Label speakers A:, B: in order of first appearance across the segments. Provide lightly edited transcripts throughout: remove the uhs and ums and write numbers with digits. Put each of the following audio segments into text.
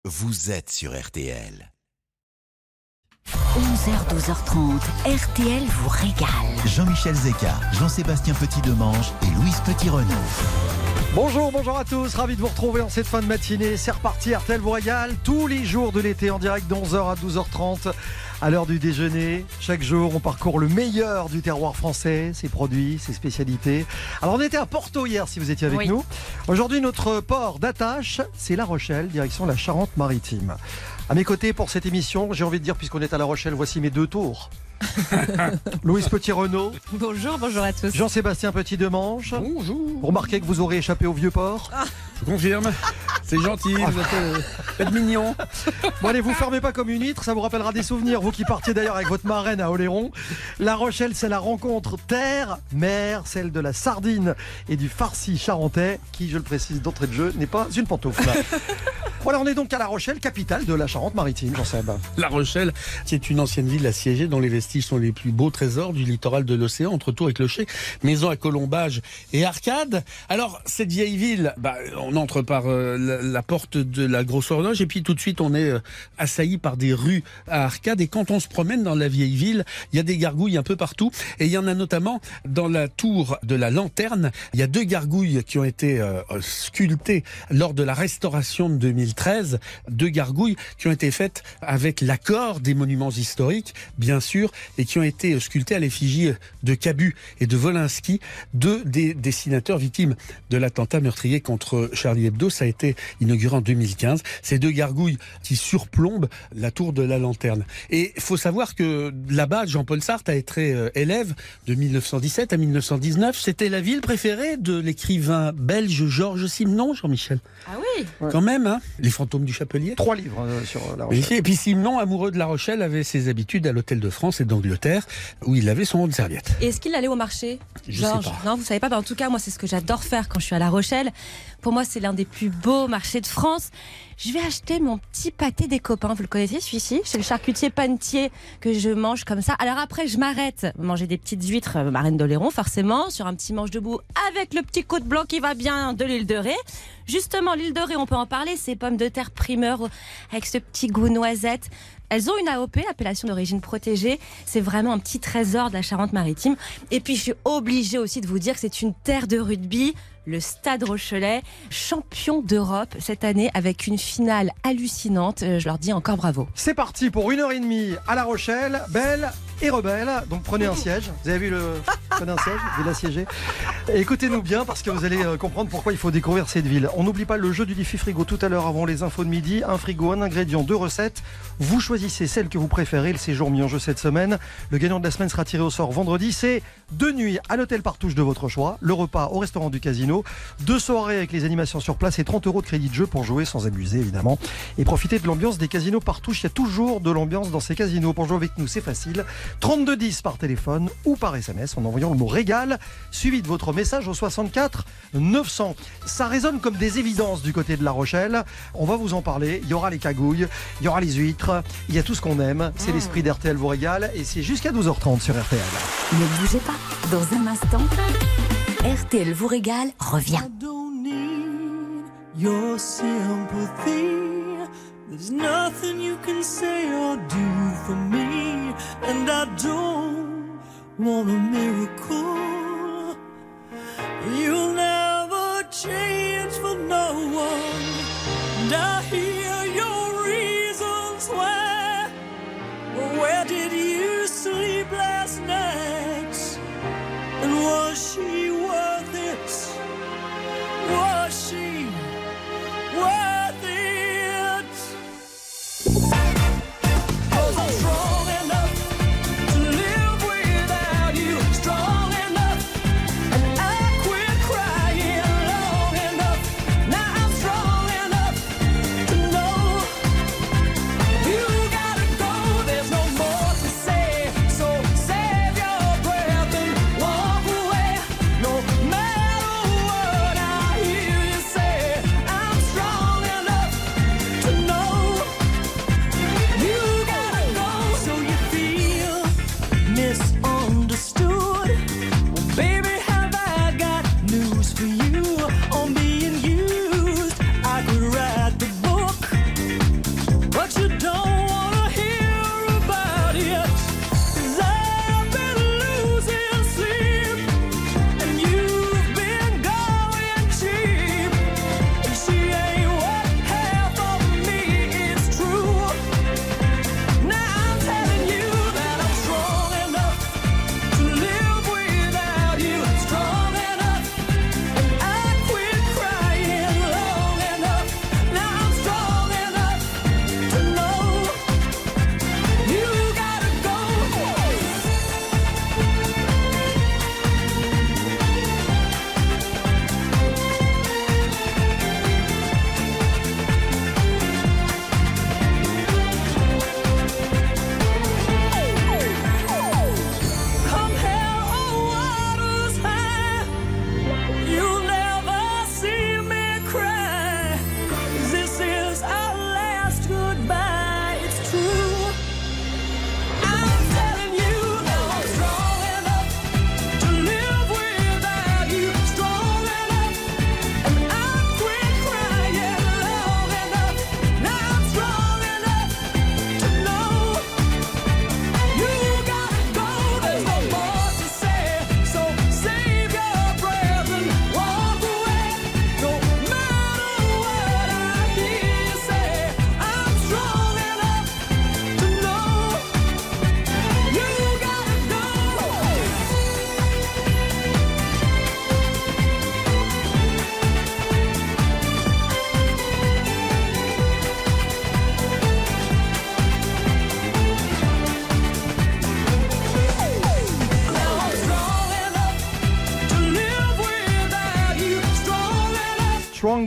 A: vous êtes sur RTL.
B: 11h, 12h30, RTL vous régale.
C: Jean-Michel Zeka, Jean-Sébastien Petit-Demange et Louise Petit-Renaud.
D: Bonjour à tous, ravi de vous retrouver en cette fin de matinée. C'est reparti, RTL vous régale tous les jours de l'été en direct de 11h à 12h30. À l'heure du déjeuner, chaque jour on parcourt le meilleur du terroir français, ses produits, ses spécialités. Alors on était à Porto hier si vous étiez avec nous. Aujourd'hui notre port d'attache, c'est La Rochelle, direction la Charente-Maritime. À mes côtés pour cette émission, j'ai envie de dire, puisqu'on est à La Rochelle, voici mes deux tours. Louise Petit-Renaud.
E: Bonjour à tous.
D: Jean-Sébastien Petit-Demange.
F: Bonjour.
D: Vous remarquez que vous aurez échappé au Vieux-Port.
F: Je confirme. C'est gentil, vous êtes mignon.
D: Bon allez, vous fermez pas comme une huître, ça vous rappellera des souvenirs. Vous qui partiez d'ailleurs avec votre marraine à Oléron. La Rochelle, c'est la rencontre terre-mer, celle de la sardine et du farci charentais, qui, je le précise d'entrée de jeu, n'est pas une pantoufle. Voilà, on est donc à La Rochelle, capitale de la Charente-Maritime, Jean-Seb.
F: La Rochelle, qui est une ancienne ville assiégée dont les vestiges sont les plus beaux trésors du littoral de l'océan, entre Tours et Clocher, maisons à colombages et arcades. Alors, cette vieille ville, on entre par la porte de la Grosse Horloge et puis tout de suite on est assailli par des rues à arcades. Et quand on se promène dans la vieille ville, il y a des gargouilles un peu partout. Et il y en a notamment dans la tour de la Lanterne. Il y a deux gargouilles qui ont été sculptées lors de la restauration de 2013. Deux gargouilles qui ont été faites avec l'accord des monuments historiques, bien sûr, et qui ont été sculptées à l'effigie de Cabu et de Wolinski, deux des dessinateurs victimes de l'attentat meurtrier contre Charlie Hebdo. Ça a été inauguré en 2015. Ces deux gargouilles qui surplombent la tour de la Lanterne. Et il faut savoir que là-bas, Jean-Paul Sartre a été élève de 1917 à 1919. C'était la ville préférée de l'écrivain belge Georges Simenon, Jean-Michel.
E: Ah oui.
F: Quand même, hein. Les fantômes du Chapelier.
D: 3 livres sur La Rochelle.
F: Et puis Simenon, amoureux de La Rochelle, avait ses habitudes à l'Hôtel de France et d'Angleterre, où il avait son rond de serviette.
E: Et est-ce qu'il allait au marché,
F: Georges?
E: sais pas. Non, vous savez pas. En tout cas, moi, c'est ce que j'adore faire quand je suis à La Rochelle. Pour moi, c'est l'un des plus beaux marchés de France. Je vais acheter mon petit pâté des copains. Vous le connaissez, celui-ci? C'est le charcutier panetier que je mange comme ça. Alors après, je m'arrête manger des petites huîtres marraine d'Oléron, forcément, sur un petit manche debout avec le petit côte blanc qui va bien de l'île de Ré. Justement, l'île de Ré, on peut en parler, ces pommes de terre primeur avec ce petit goût noisette. Elles ont une AOP, appellation d'origine protégée. C'est vraiment un petit trésor de la Charente-Maritime. Et puis, je suis obligée aussi de vous dire que c'est une terre de rugby. Le Stade Rochelais, champion d'Europe cette année avec une finale hallucinante. Je leur dis encore bravo.
D: C'est parti pour 1h30 à La Rochelle, belle et rebelle. Donc prenez un siège. Vous avez vu prenez un siège, vous l'assiégez. Écoutez-nous bien parce que vous allez comprendre pourquoi il faut découvrir cette ville. On n'oublie pas le jeu du défi frigo tout à l'heure avant les infos de midi. Un frigo, un ingrédient, 2 recettes. Vous choisissez celle que vous préférez. Le séjour mis en jeu cette semaine. Le gagnant de la semaine sera tiré au sort vendredi. C'est 2 nuits à l'hôtel Partouche de votre choix, le repas au restaurant du Casino, 2 soirées avec les animations sur place et 30 € de crédit de jeu pour jouer sans abuser évidemment. Et profitez de l'ambiance des casinos Partouche. Il y a toujours de l'ambiance dans ces casinos. Pour jouer avec nous, c'est facile. 3210 par téléphone ou par SMS en envoyant le mot régal suivi de votre message au 64 900. Ça résonne comme des évidences du côté de La Rochelle. On va vous en parler. Il y aura les cagouilles, il y aura les huîtres, il y a tout ce qu'on aime. C'est l'esprit d'RTL vous régale et c'est jusqu'à 12h30 sur RTL.
B: Ne bougez pas, dans un instant, RTL vous régale revient.
G: I don't need your sympathy. There's nothing you can say or do for me. And I don't want a miracle. You'll never change for no one. And I hear your reasons why. Where did you sleep last night? And was she worth it? Was she worth it? 'Cause I'm strong enough to live without you. Strong enough.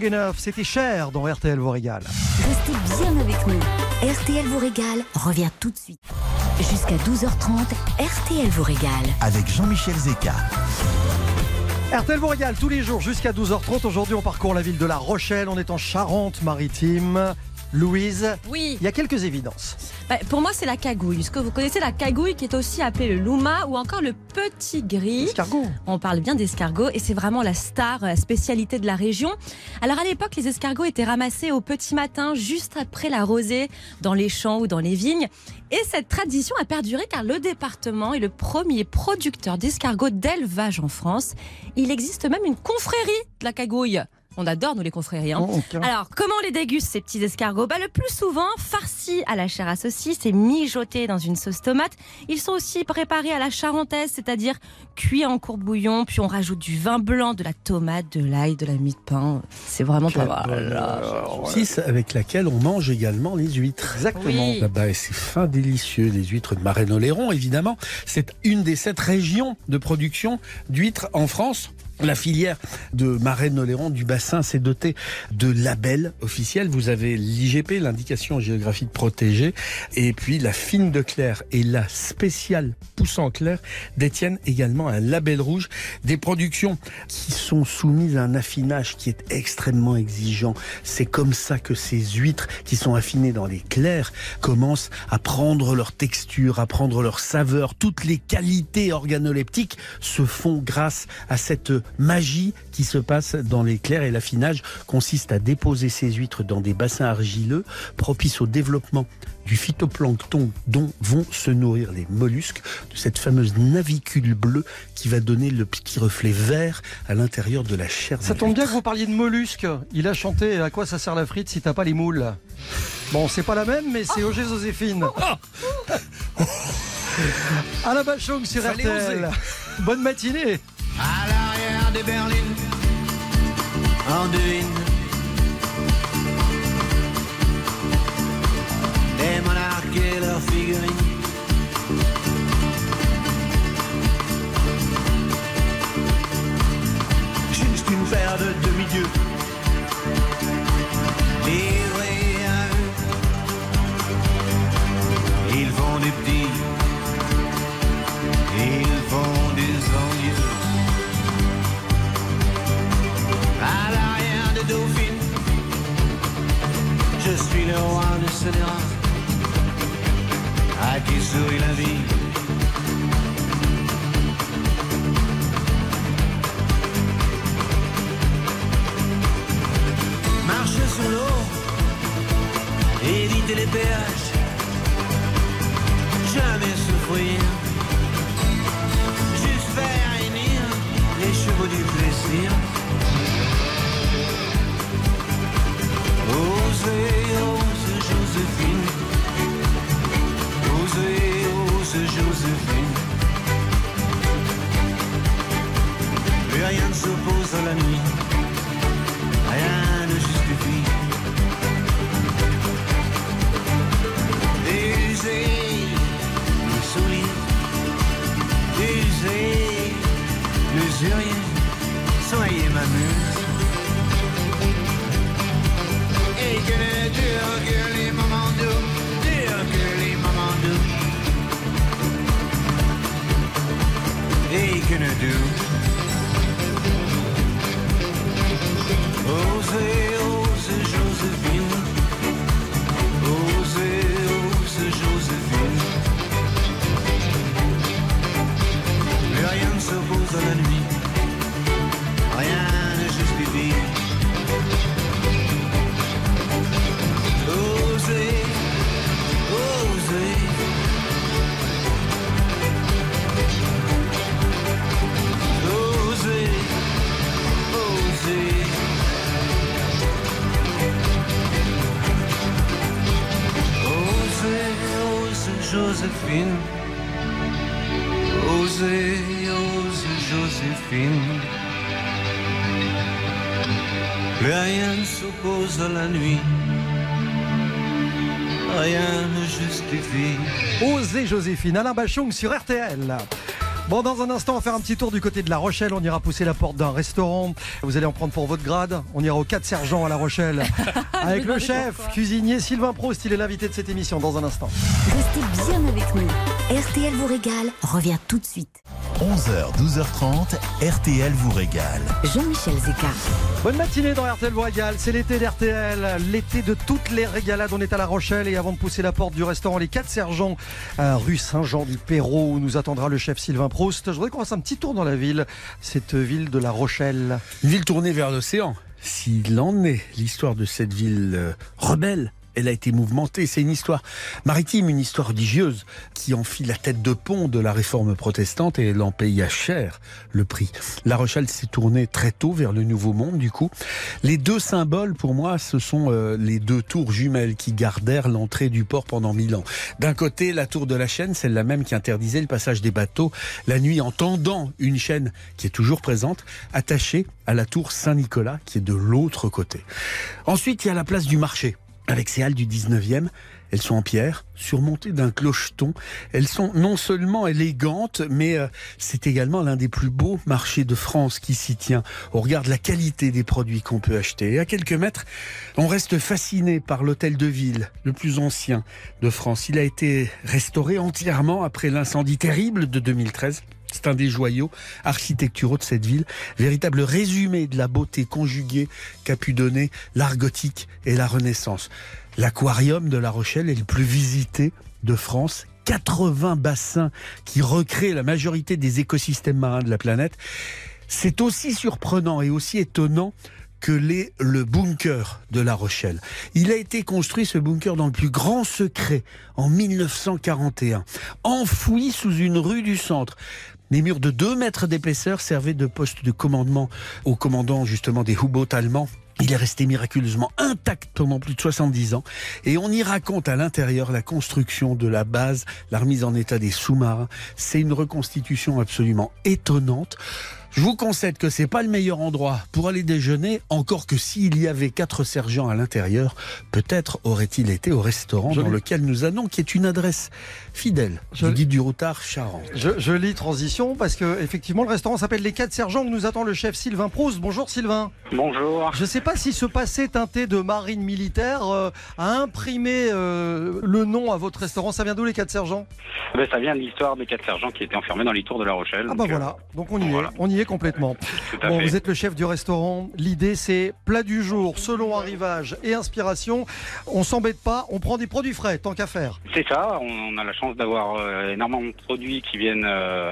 D: Strong Enough, c'était Cher dans RTL vous régale.
B: Restez bien avec nous. RTL vous régale revient tout de suite. Jusqu'à 12h30, RTL vous régale.
C: Avec Jean-Michel Zeka.
D: RTL vous régale tous les jours jusqu'à 12h30. Aujourd'hui, on parcourt la ville de La Rochelle. On est en Charente-Maritime. Louise,
E: Oui.
D: il y a quelques évidences.
E: Pour moi, c'est la cagouille. Est-ce que vous connaissez la cagouille qui est aussi appelée le louma ou encore le petit gris?
D: Escargot.
E: On parle bien d'escargots et c'est vraiment la star, la spécialité de la région. Alors à l'époque, les escargots étaient ramassés au petit matin, juste après la rosée, dans les champs ou dans les vignes. Et cette tradition a perduré car le département est le premier producteur d'escargots d'élevage en France. Il existe même une confrérie de la cagouille. On adore, nous, les confréries. Hein.
D: Oh, okay.
E: Alors, comment on les déguste, ces petits escargots? Le plus souvent, farcis à la chair à saucisse et mijotés dans une sauce tomate. Ils sont aussi préparés à la charentaise, c'est-à-dire cuits en courbouillon, puis on rajoute du vin blanc, de la tomate, de l'ail, de la mie de pain. C'est vraiment pas mal.
F: Saucisse avec laquelle on mange également les huîtres.
D: Exactement.
E: Oui.
F: Là-bas, et c'est fin délicieux, les huîtres de Marennes-Oléron, évidemment. C'est une des 7 régions de production d'huîtres en France. La filière de Marennes-Oléron du bassin s'est dotée de labels officiels. Vous avez l'IGP, l'indication géographique protégée, et puis la fine de Clair et la spéciale poussant clair détiennent également un label rouge. Des productions qui sont soumises à un affinage qui est extrêmement exigeant. C'est comme ça que ces huîtres qui sont affinées dans les clairs commencent à prendre leur texture, à prendre leur saveur. Toutes les qualités organoleptiques se font grâce à cette magie qui se passe dans les clairs, et l'affinage consiste à déposer ces huîtres dans des bassins argileux propices au développement du phytoplancton dont vont se nourrir les mollusques, de cette fameuse navicule bleue qui va donner le petit reflet vert à l'intérieur de la chair.
D: Ça tombe bien que vous parliez de mollusques. Il a chanté « À quoi ça sert la frite si t'as pas les moules ?» Bon, c'est pas la même, mais c'est Auger Joséphine. Alain Bachung sur
F: Fallait
D: RTL. Bonne matinée.
H: À l'arrière de Berlin, en devine des monarques et leurs figurines. Juste une paire de demi-dieux livrés à eux. Ils font des petits, ils font des envieux. À l'arrière de Dauphine, je suis le roi de ce drap, à qui sourit la vie. Marcher sur l'eau, éviter les péages, jamais souffrir, juste faire hennir les chevaux du plaisir. Osez, ose Joséphine. Osez, ose Joséphine. Plus rien ne s'oppose à la nuit, rien ne justifie. Usez le soulier, usez l'usurier, soyez ma muse. Et que ne durent que les moments doux, durent que les moments doux. Et que ne durent. Osez, ose Joséphine. Osez, ose Joséphine. Plus rien ne s'oppose à la nuit, rien ne justifie. Osez, osez. Osez, osez. Osez, ose Joséphine. Osez, ose Joséphine. Plus rien ne s'oppose à la nuit, rien ne justifie.
D: Osez Joséphine, Alain Bachung sur RTL. Bon, dans un instant, on va faire un petit tour du côté de La Rochelle. On ira pousser la porte d'un restaurant. Vous allez en prendre pour votre grade. On ira au 4 Sergents à La Rochelle avec le chef cuisinier Sylvain Proust. Il est l'invité de cette émission dans un instant.
B: Restez bien avec nous. RTL vous régale, revient tout de suite.
C: 11h, 12h30, RTL vous régale.
B: Jean-Michel Zeka.
D: Bonne matinée dans RTL vous régale. C'est l'été d'RTL, l'été de toutes les régalades. On est à La Rochelle et avant de pousser la porte du restaurant Les 4 Sergents, rue Saint-Jean-du-Perrot, où nous attendra le chef Sylvain Proust, je voudrais qu'on fasse un petit tour dans la ville, cette ville de La Rochelle.
F: Une ville tournée vers l'océan. S'il en est, l'histoire de cette ville rebelle, elle a été mouvementée. C'est une histoire maritime, une histoire religieuse qui en fit la tête de pont de la réforme protestante et elle en paya cher le prix. La Rochelle s'est tournée très tôt vers le Nouveau Monde du coup. Les deux symboles pour moi, ce sont les deux tours jumelles qui gardèrent l'entrée du port pendant 1000 ans. D'un côté, la tour de la chaîne, celle-là même qui interdisait le passage des bateaux la nuit en tendant une chaîne qui est toujours présente, attachée à la tour Saint-Nicolas qui est de l'autre côté. Ensuite, il y a la place du marché. Avec ces halles du 19e, elles sont en pierre, surmontées d'un clocheton. Elles sont non seulement élégantes, mais c'est également l'un des plus beaux marchés de France qui s'y tient. On regarde la qualité des produits qu'on peut acheter. Et à quelques mètres, on reste fasciné par l'hôtel de ville, le plus ancien de France. Il a été restauré entièrement après l'incendie terrible de 2013. C'est un des joyaux architecturaux de cette ville, véritable résumé de la beauté conjuguée qu'a pu donner l'art gothique et la Renaissance. L'aquarium de La Rochelle est le plus visité de France. 80 bassins qui recréent la majorité des écosystèmes marins de la planète. C'est aussi surprenant et aussi étonnant que le bunker de La Rochelle. Il a été construit, ce bunker, dans le plus grand secret, en 1941, enfoui sous une rue du centre. Les murs de 2 mètres d'épaisseur servaient de poste de commandement au commandant justement des U-boats allemands. Il est resté miraculeusement intact pendant plus de 70 ans et on y raconte à l'intérieur la construction de la base, la remise en état des sous-marins. C'est une reconstitution absolument étonnante. Je vous concède que c'est pas le meilleur endroit pour aller déjeuner, encore que s'il y avait 4 sergents à l'intérieur, peut-être aurait-il été au restaurant dans lequel nous allons, qui est une adresse fidèle du guide du routard Charente.
D: Jolie transition, parce que effectivement le restaurant s'appelle Les 4 Sergents, où nous attend le chef Sylvain Proust. Bonjour Sylvain.
I: Bonjour.
D: Je ne sais pas si ce passé teinté de marine militaire a imprimé le nom à votre restaurant. Ça vient d'où Les 4 Sergents?
I: Ça vient de l'histoire des 4 sergents qui étaient enfermés dans les tours de La Rochelle.
D: Ah bah voilà, donc on y est complètement. Bon, vous êtes le chef du restaurant. L'idée c'est plat du jour, selon arrivage et inspiration. On s'embête pas, on prend des produits frais, tant qu'à faire.
I: C'est ça, on a la chance d'avoir énormément de produits qui viennent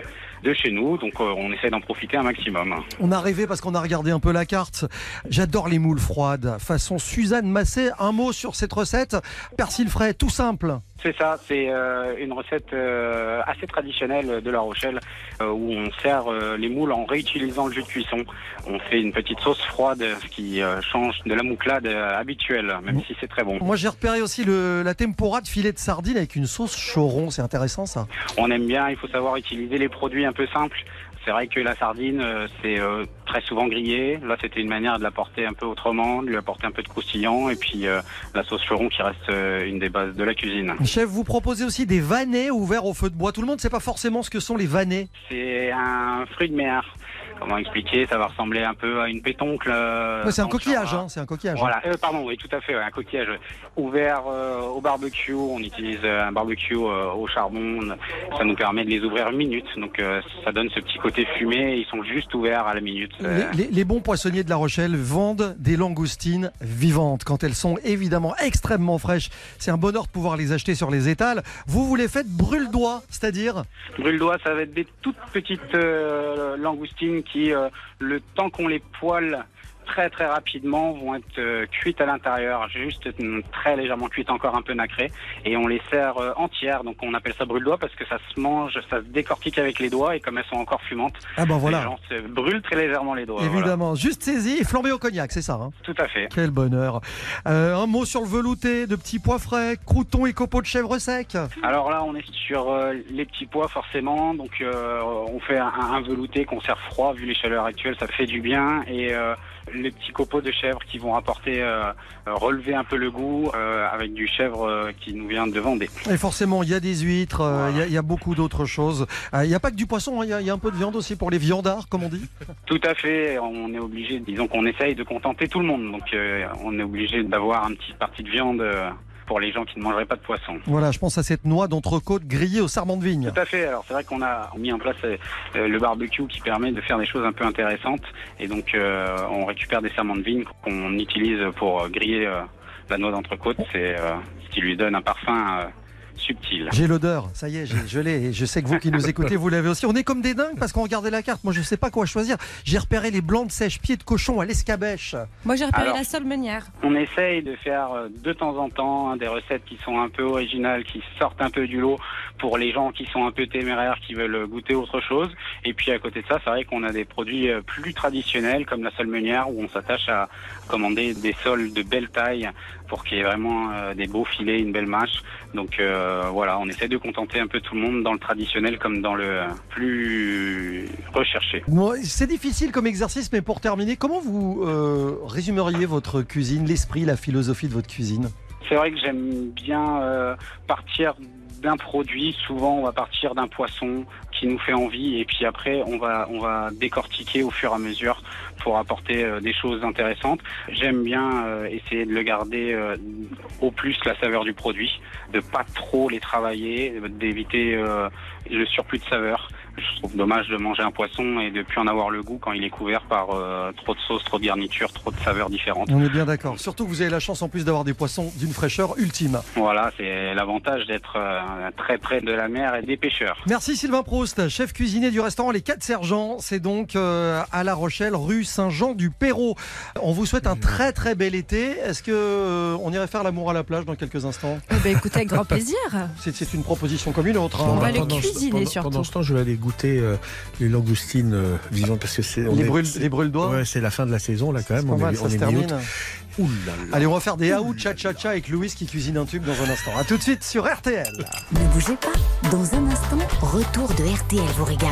I: de chez nous, donc on essaie d'en profiter un maximum.
D: On a rêvé parce qu'on a regardé un peu la carte. J'adore les moules froides, façon Suzanne Massé. Un mot sur cette recette, persil frais, tout simple.
I: C'est ça, c'est une recette assez traditionnelle de La Rochelle où on sert les moules en réutilisant le jus de cuisson. On fait une petite sauce froide qui change de la mouclade habituelle, même si c'est très bon.
D: Moi j'ai repéré aussi la tempura de filet de sardine avec une sauce choron, c'est intéressant ça.
I: On aime bien, il faut savoir utiliser les produits un peu simples. C'est vrai que la sardine, c'est très souvent grillé. Là, c'était une manière de l'apporter un peu autrement, de lui apporter un peu de croustillant. Et puis, la sauce choron qui reste une des bases de la cuisine.
D: Chef, vous proposez aussi des vanets ouverts au feu de bois. Tout le monde ne sait pas forcément ce que sont les vanets.
I: C'est un fruit de mer. Comment expliquer? Ça va ressembler un peu à une pétoncle.
D: C'est un coquillage, hein, c'est un coquillage.
I: Voilà, pardon, oui, tout à fait, un coquillage ouvert au barbecue. On utilise un barbecue au charbon. Ça nous permet de les ouvrir une minute. Donc, ça donne ce petit côté fumé. Ils sont juste ouverts à la minute.
D: Les bons poissonniers de La Rochelle vendent des langoustines vivantes quand elles sont évidemment extrêmement fraîches. C'est un bonheur de pouvoir les acheter sur les étals. Vous les faites brûle-doigt, c'est-à-dire?
I: Brûle-doigt, ça va être des toutes petites langoustines qui, le temps qu'on les poêle très très rapidement, vont être cuites à l'intérieur, juste très légèrement cuites, encore un peu nacrées, et on les sert entières. Donc on appelle ça brûle-doigt parce que ça se mange, ça se décortique avec les doigts, et comme elles sont encore fumantes,
D: les
I: gens se brûlent très légèrement les doigts.
D: Évidemment, voilà. Juste saisi et flambé au cognac, c'est ça, hein?
I: Tout à fait.
D: Quel bonheur. Un mot sur le velouté, de petits pois frais, croûtons et copeaux de chèvre sec.
I: Alors là, on est sur les petits pois forcément, donc on fait un velouté qu'on sert froid, vu les chaleurs actuelles, ça fait du bien, et les petits copeaux de chèvre qui vont apporter, relever un peu le goût avec du chèvre qui nous vient de Vendée.
D: Et forcément, il y a des huîtres, il y a beaucoup d'autres choses. Il n'y a pas que du poisson, il y a un peu de viande aussi pour les viandards, comme on dit.
I: Tout à fait, on est obligé, disons qu'on essaye de contenter tout le monde, donc on est obligé d'avoir une petite partie de viande pour les gens qui ne mangeraient pas de poisson.
D: Voilà, je pense à cette noix d'entrecôte grillée au sarment de vigne.
I: Tout à fait, alors c'est vrai qu'on a mis en place le barbecue qui permet de faire des choses un peu intéressantes, et donc on récupère des sarments de vigne qu'on utilise pour griller la noix d'entrecôte, c'est ce qui lui donne un parfum subtil.
D: J'ai l'odeur, ça y est, je l'ai, et je sais que vous qui nous écoutez, vous l'avez aussi. On est comme des dingues parce qu'on regardait la carte, moi je sais pas quoi choisir. J'ai repéré les blancs de sèche-pieds de cochon à l'escabèche.
E: Moi j'ai repéré la seule meunière.
I: On essaye de faire de temps en temps des recettes qui sont un peu originales, qui sortent un peu du lot pour les gens qui sont un peu téméraires, qui veulent goûter autre chose. Et puis à côté de ça, c'est vrai qu'on a des produits plus traditionnels comme la sole meunière où on s'attache à commander des sols de belle taille pour qu'il y ait vraiment des beaux filets, une belle mâche. Donc voilà, on essaie de contenter un peu tout le monde dans le traditionnel comme dans le plus recherché.
D: Bon, c'est difficile comme exercice, mais pour terminer, comment vous résumeriez votre cuisine, l'esprit, la philosophie de votre cuisine ?
I: C'est vrai que j'aime bien partir d'un produit. Souvent, on va partir d'un poisson qui nous fait envie et puis après, on va décortiquer au fur et à mesure pour apporter des choses intéressantes. J'aime bien essayer de le garder au plus la saveur du produit, de pas trop les travailler, d'éviter le surplus de saveur. Je trouve dommage de manger un poisson et de plus en avoir le goût quand il est couvert par trop de sauce, trop de garniture, trop de saveurs différentes.
D: On est bien d'accord. Surtout que vous avez la chance en plus d'avoir des poissons d'une fraîcheur ultime.
I: Voilà, c'est l'avantage d'être très près de la mer et des pêcheurs.
D: Merci Sylvain Proust, chef cuisinier du restaurant Les 4 Sergents. C'est donc à La Rochelle, rue Saint-Jean-du-Perrot. On vous souhaite un très très bel été. Est-ce que on irait faire l'amour à la plage dans quelques instants ?
E: Écoutez, avec grand plaisir.
D: C'est une proposition comme une autre.
E: On va les cuisiner surtout.
F: Pendant ce temps, je vais aller goûter les langoustines vivantes parce que c'est
D: les brûle-doigts.
F: Ouais, c'est la fin de la saison là quand même.
D: Ça se termine.
F: Ouh là là.
D: Allez, on va faire des haouts cha-cha-cha avec Louis qui cuisine un tube dans un instant. A tout de suite sur RTL.
B: Ne bougez pas, dans un instant, retour de RTL vous régale.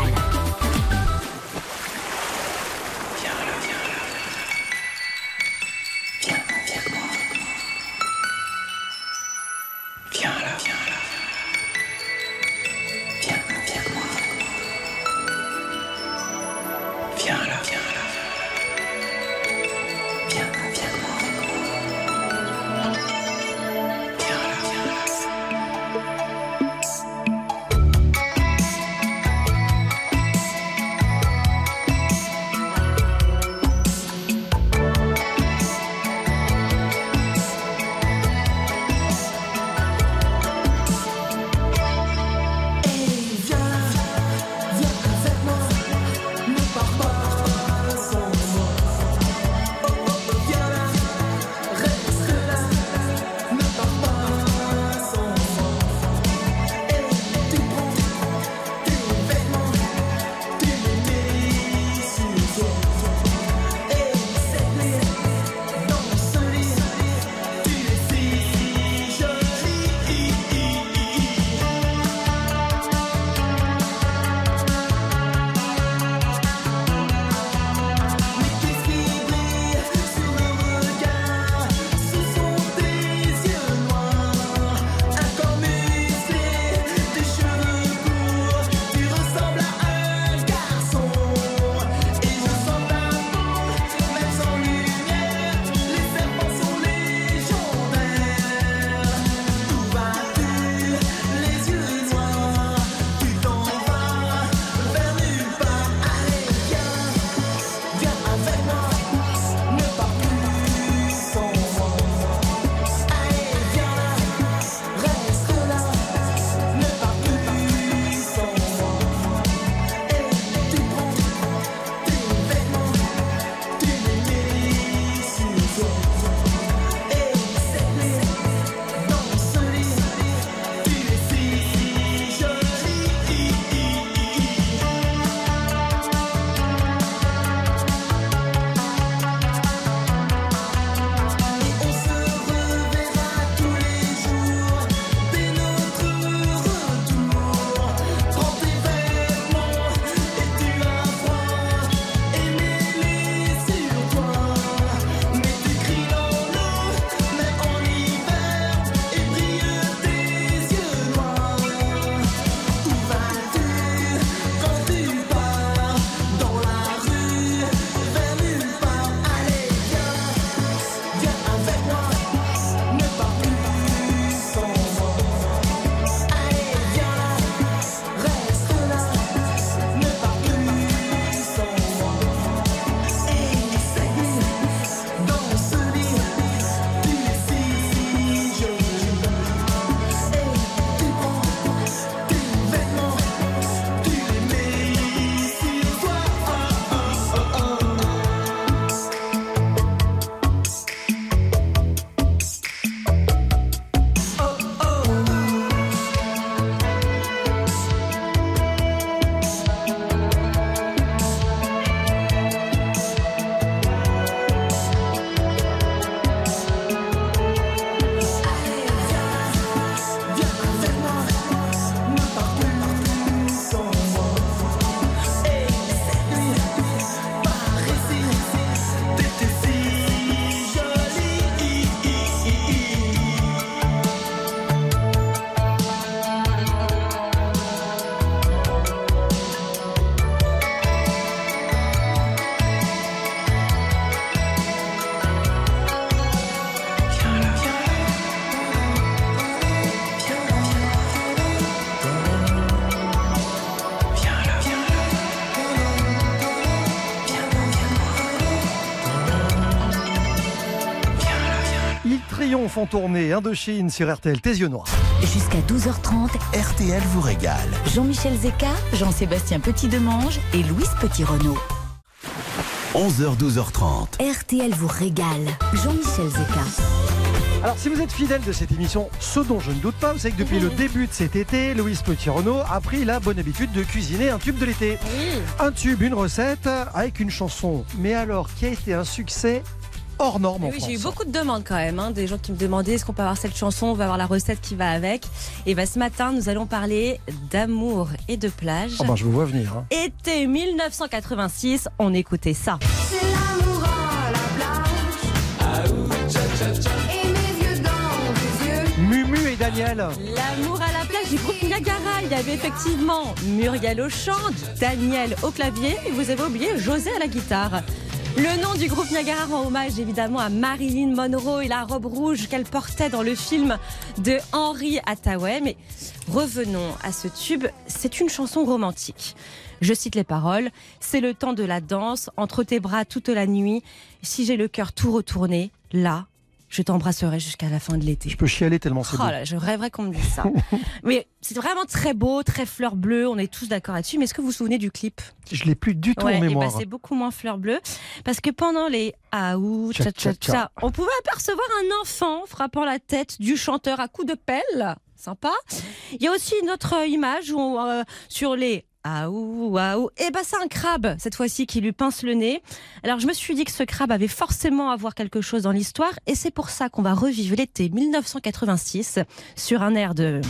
D: font tourner Indochine sur RTL, tes yeux noirs.
B: Jusqu'à 12h30,
C: RTL vous régale.
B: Jean-Michel Zeka, Jean-Sébastien Petit-Demange et Louise Petit-Renaud.
C: 11h, 12h30.
B: RTL vous régale. Jean-Michel Zeka.
D: Alors si vous êtes fidèle de cette émission, ce dont je ne doute pas, vous savez que depuis le début de cet été, Louise Petit-Renaud a pris la bonne habitude de cuisiner un tube de l'été.
E: Oui.
D: Un tube, une recette, avec une chanson. Mais alors, qui a été un succès hors norme en
E: Oui,
D: France.
E: j'ai eu beaucoup de demandes quand même, des gens qui me demandaient est-ce qu'on peut avoir cette chanson, on va avoir la recette qui va avec. Et ce matin, nous allons parler d'amour et de plage.
D: Oh ben, je vous vois venir. Hein.
E: Été 1986, on écoutait ça.
J: C'est l'amour à la plage. Et mes yeux dans tes yeux.
D: Mumu et Daniel.
E: L'amour à la plage du groupe Niagara. Il y avait effectivement Muriel au chant, Daniel au clavier et vous avez oublié José à la guitare. Le nom du groupe Niagara rend hommage évidemment à Marilyn Monroe et la robe rouge qu'elle portait dans le film de Henry Hathaway. Mais revenons à ce tube, c'est une chanson romantique. Je cite les paroles, c'est le temps de la danse, entre tes bras toute la nuit. Si j'ai le cœur tout retourné, là, je t'embrasserai jusqu'à la fin de l'été.
D: Je peux chialer tellement c'est beau.
E: Oh là, je rêverais qu'on me dise ça. Mais c'est vraiment très beau, très fleur bleue, on est tous d'accord là-dessus. Mais est-ce que vous vous souvenez du clip ?
D: Je l'ai plus du tout en mémoire.
E: C'est beaucoup moins fleur bleue. Parce que pendant les aou, tcha tcha tcha, on pouvait apercevoir un enfant frappant la tête du chanteur à coups de pelle. Sympa. Il y a aussi une autre image où sur les aou, aou. Et c'est un crabe, cette fois-ci, qui lui pince le nez. Alors, je me suis dit que ce crabe avait forcément à voir quelque chose dans l'histoire. Et c'est pour ça qu'on va revivre l'été 1986 sur un air de...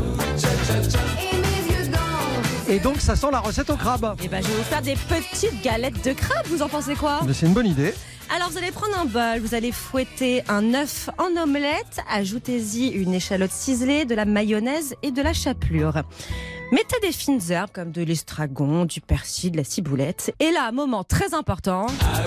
D: Et donc, ça sent la recette au crabe.
E: Je vais vous faire des petites galettes de crabe. Vous en pensez quoi ?
D: Mais c'est une bonne idée.
E: Alors, vous allez prendre un bol, vous allez fouetter un œuf en omelette, ajoutez-y une échalote ciselée, de la mayonnaise et de la chapelure. Mettez des fines herbes comme de l'estragon, du persil, de la ciboulette. Et là, moment très important,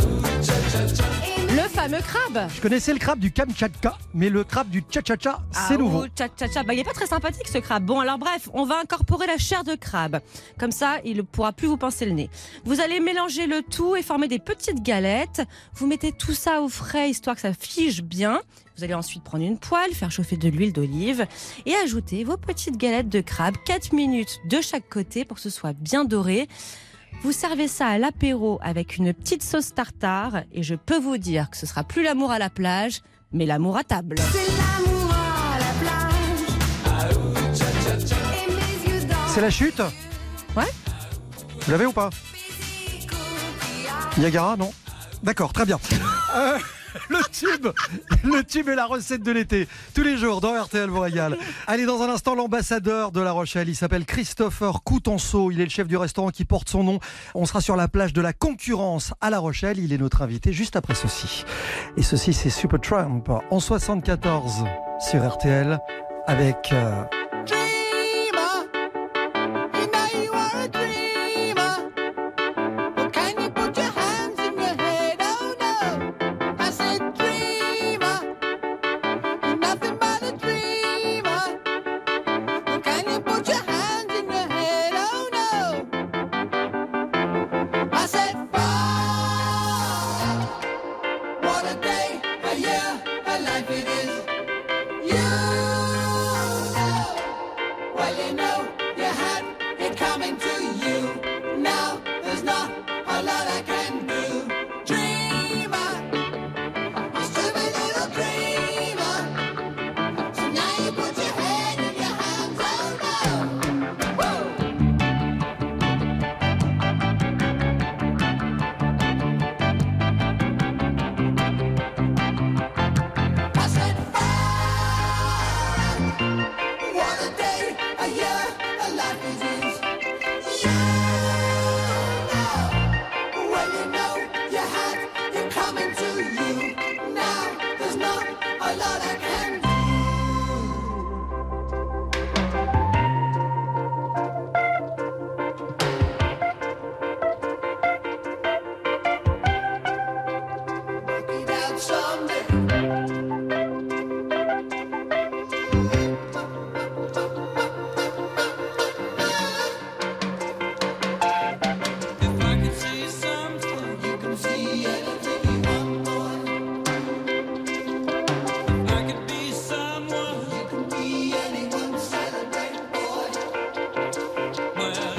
E: le fameux crabe.
D: Je connaissais le crabe du Kamchatka, mais le crabe du Cha-Cha-Cha, c'est nouveau.
E: Il n'est pas très sympathique ce crabe. Bon, alors bref, on va incorporer la chair de crabe. Comme ça, il ne pourra plus vous pincer le nez. Vous allez mélanger le tout et former des petites galettes. Vous mettez tout ça au frais, histoire que ça fige bien. Vous allez ensuite prendre une poêle, faire chauffer de l'huile d'olive et ajouter vos petites galettes de crabe, 4 minutes de chaque côté pour que ce soit bien doré. Vous servez ça à l'apéro avec une petite sauce tartare et je peux vous dire que ce sera plus l'amour à la plage, mais l'amour à table.
J: C'est l'amour à la plage. Et mes yeux dans
D: C'est la chute ?
E: Ouais.
D: Vous l'avez ou pas ? Niagara, non ? D'accord, très bien. Le tube et la recette de l'été, tous les jours dans RTL vous régale. Allez, dans un instant, l'ambassadeur de La Rochelle, il s'appelle Christopher Coutenceau, il est le chef du restaurant qui porte son nom. On sera sur la plage de la Concurrence à La Rochelle, il est notre invité juste après ceci. Et ceci, c'est Supertramp en 74 sur RTL avec...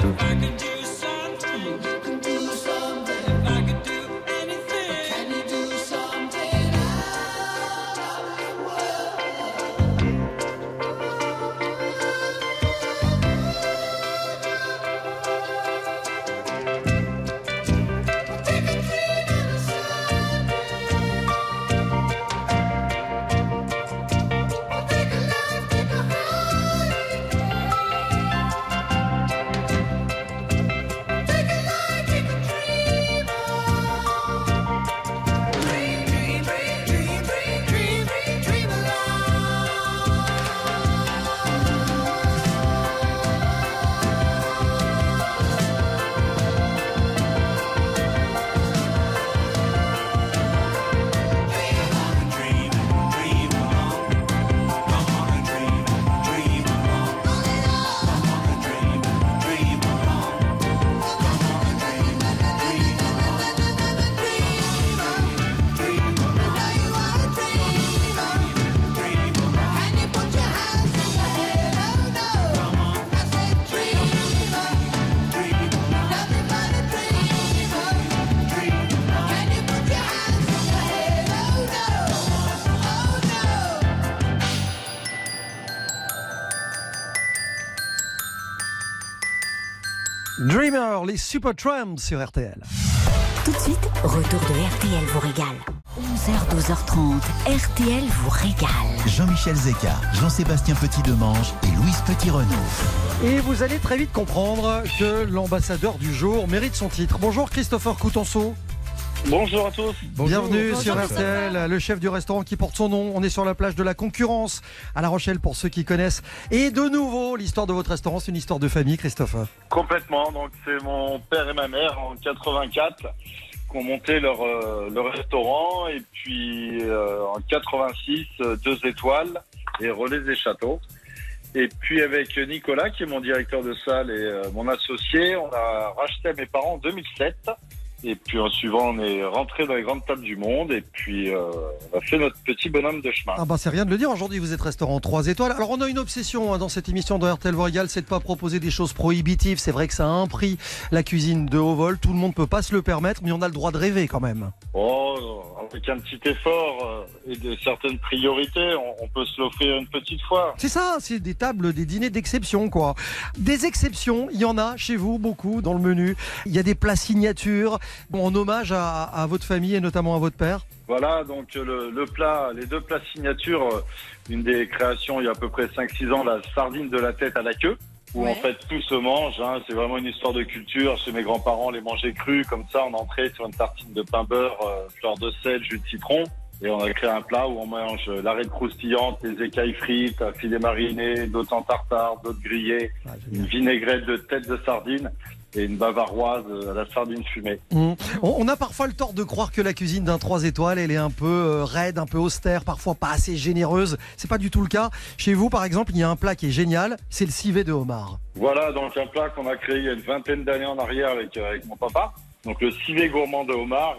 D: Dreamer, les Supertramps sur RTL.
B: Tout de suite, retour de RTL vous régale. 11h, 12h30, RTL vous régale.
C: Jean-Michel Zeka, Jean-Sébastien Petit-Demange et Louise Petit-Renaud.
D: Et vous allez très vite comprendre que l'ambassadeur du jour mérite son titre. Bonjour Christopher Coutenceau.
K: Bonjour à tous.
D: Bienvenue
E: Bonjour,
D: sur
E: Christopher.
D: RTL, le chef du restaurant qui porte son nom. On est sur la plage de la Concurrence à La Rochelle pour ceux qui connaissent. Et de nouveau, l'histoire de votre restaurant, c'est une histoire de famille, Christopher.
K: Complètement. Donc c'est mon père et ma mère en 84 qui ont monté leur restaurant et puis en 86 2 étoiles et Relais des Châteaux. Et puis avec Nicolas qui est mon directeur de salle et mon associé, on a racheté à mes parents en 2007. Et puis en suivant, on est rentré dans les grandes tables du monde et puis on a fait notre petit bonhomme de chemin.
D: Ah bah c'est rien de le dire, aujourd'hui vous êtes restaurant 3 étoiles. Alors on a une obsession dans cette émission de RTL vous régale, c'est de pas proposer des choses prohibitives. C'est vrai que ça a un prix, la cuisine de haut vol, tout le monde peut pas se le permettre, mais on a le droit de rêver quand même.
K: Oh, avec un petit effort et de certaines priorités, on peut se l'offrir une petite fois.
D: C'est ça, c'est des tables, des dîners d'exception quoi. Des exceptions, il y en a chez vous beaucoup dans le menu. Il y a des plats signatures, en hommage à votre famille et notamment à votre père.
K: Voilà, donc le plat, les 2 plats signatures, une des créations il y a à peu près 5-6 ans, la sardine de la tête à la queue, où en fait tout se mange, hein, c'est vraiment une histoire de culture. Chez mes grands-parents, les mangeaient crus, comme ça, en entrée sur une tartine de pain beurre, fleur de sel, jus de citron. Et on a créé un plat où on mange l'arête croustillante, les écailles frites, un filet mariné, d'autres en tartare, d'autres grillés, une vinaigrette de tête de sardine et une bavaroise à la sardine fumée.
D: On a parfois le tort de croire que la cuisine d'un 3 étoiles, elle est un peu raide, un peu austère, parfois pas assez généreuse. C'est pas du tout le cas. Chez vous, par exemple, il y a un plat qui est génial, c'est le civet de homard.
K: Voilà, donc un plat qu'on a créé il y a une 20aine d'années en arrière avec mon papa. Donc le civet gourmand de homard,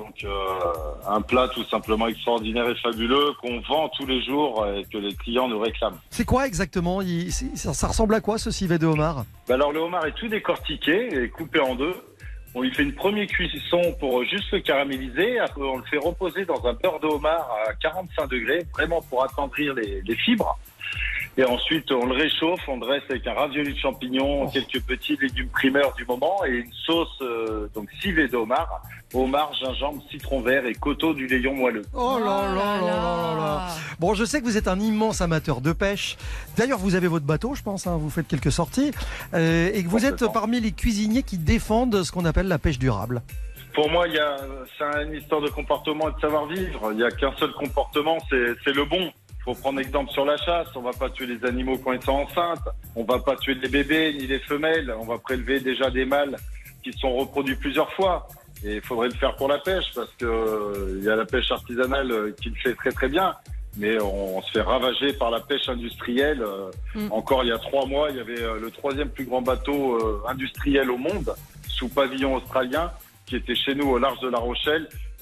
K: un plat tout simplement extraordinaire et fabuleux qu'on vend tous les jours et que les clients nous réclament.
D: C'est quoi exactement ça ressemble à quoi ce civet de homard?
K: Alors le homard est tout décortiqué et coupé en 2. On lui fait une première cuisson pour juste le caraméliser. Après, on le fait reposer dans un beurre de homard à 45 degrés, vraiment pour attendrir les fibres. Et ensuite, on le réchauffe, on dresse avec un ravioli de champignons, quelques petits légumes primeurs du moment et une sauce donc civet de homard, gingembre, citron vert et coteau du layon moelleux.
D: Oh là là là là là. Bon, je sais que vous êtes un immense amateur de pêche. D'ailleurs, vous avez votre bateau, je pense, hein, vous faites quelques sorties et que vous êtes parmi les cuisiniers qui défendent ce qu'on appelle la pêche durable.
K: Pour moi, c'est une histoire de comportement et de savoir-vivre. Il n'y a qu'un seul comportement, c'est le bon. Faut prendre exemple sur la chasse, on va pas tuer les animaux quand ils sont enceintes, on va pas tuer les bébés ni les femelles, on va prélever déjà des mâles qui se sont reproduits plusieurs fois. Et il faudrait le faire pour la pêche parce que il y a la pêche artisanale qui le fait très très bien, mais on se fait ravager par la pêche industrielle. Encore il y a 3 mois, il y avait le 3e plus grand bateau industriel au monde sous pavillon australien qui était chez nous au large de La Rochelle.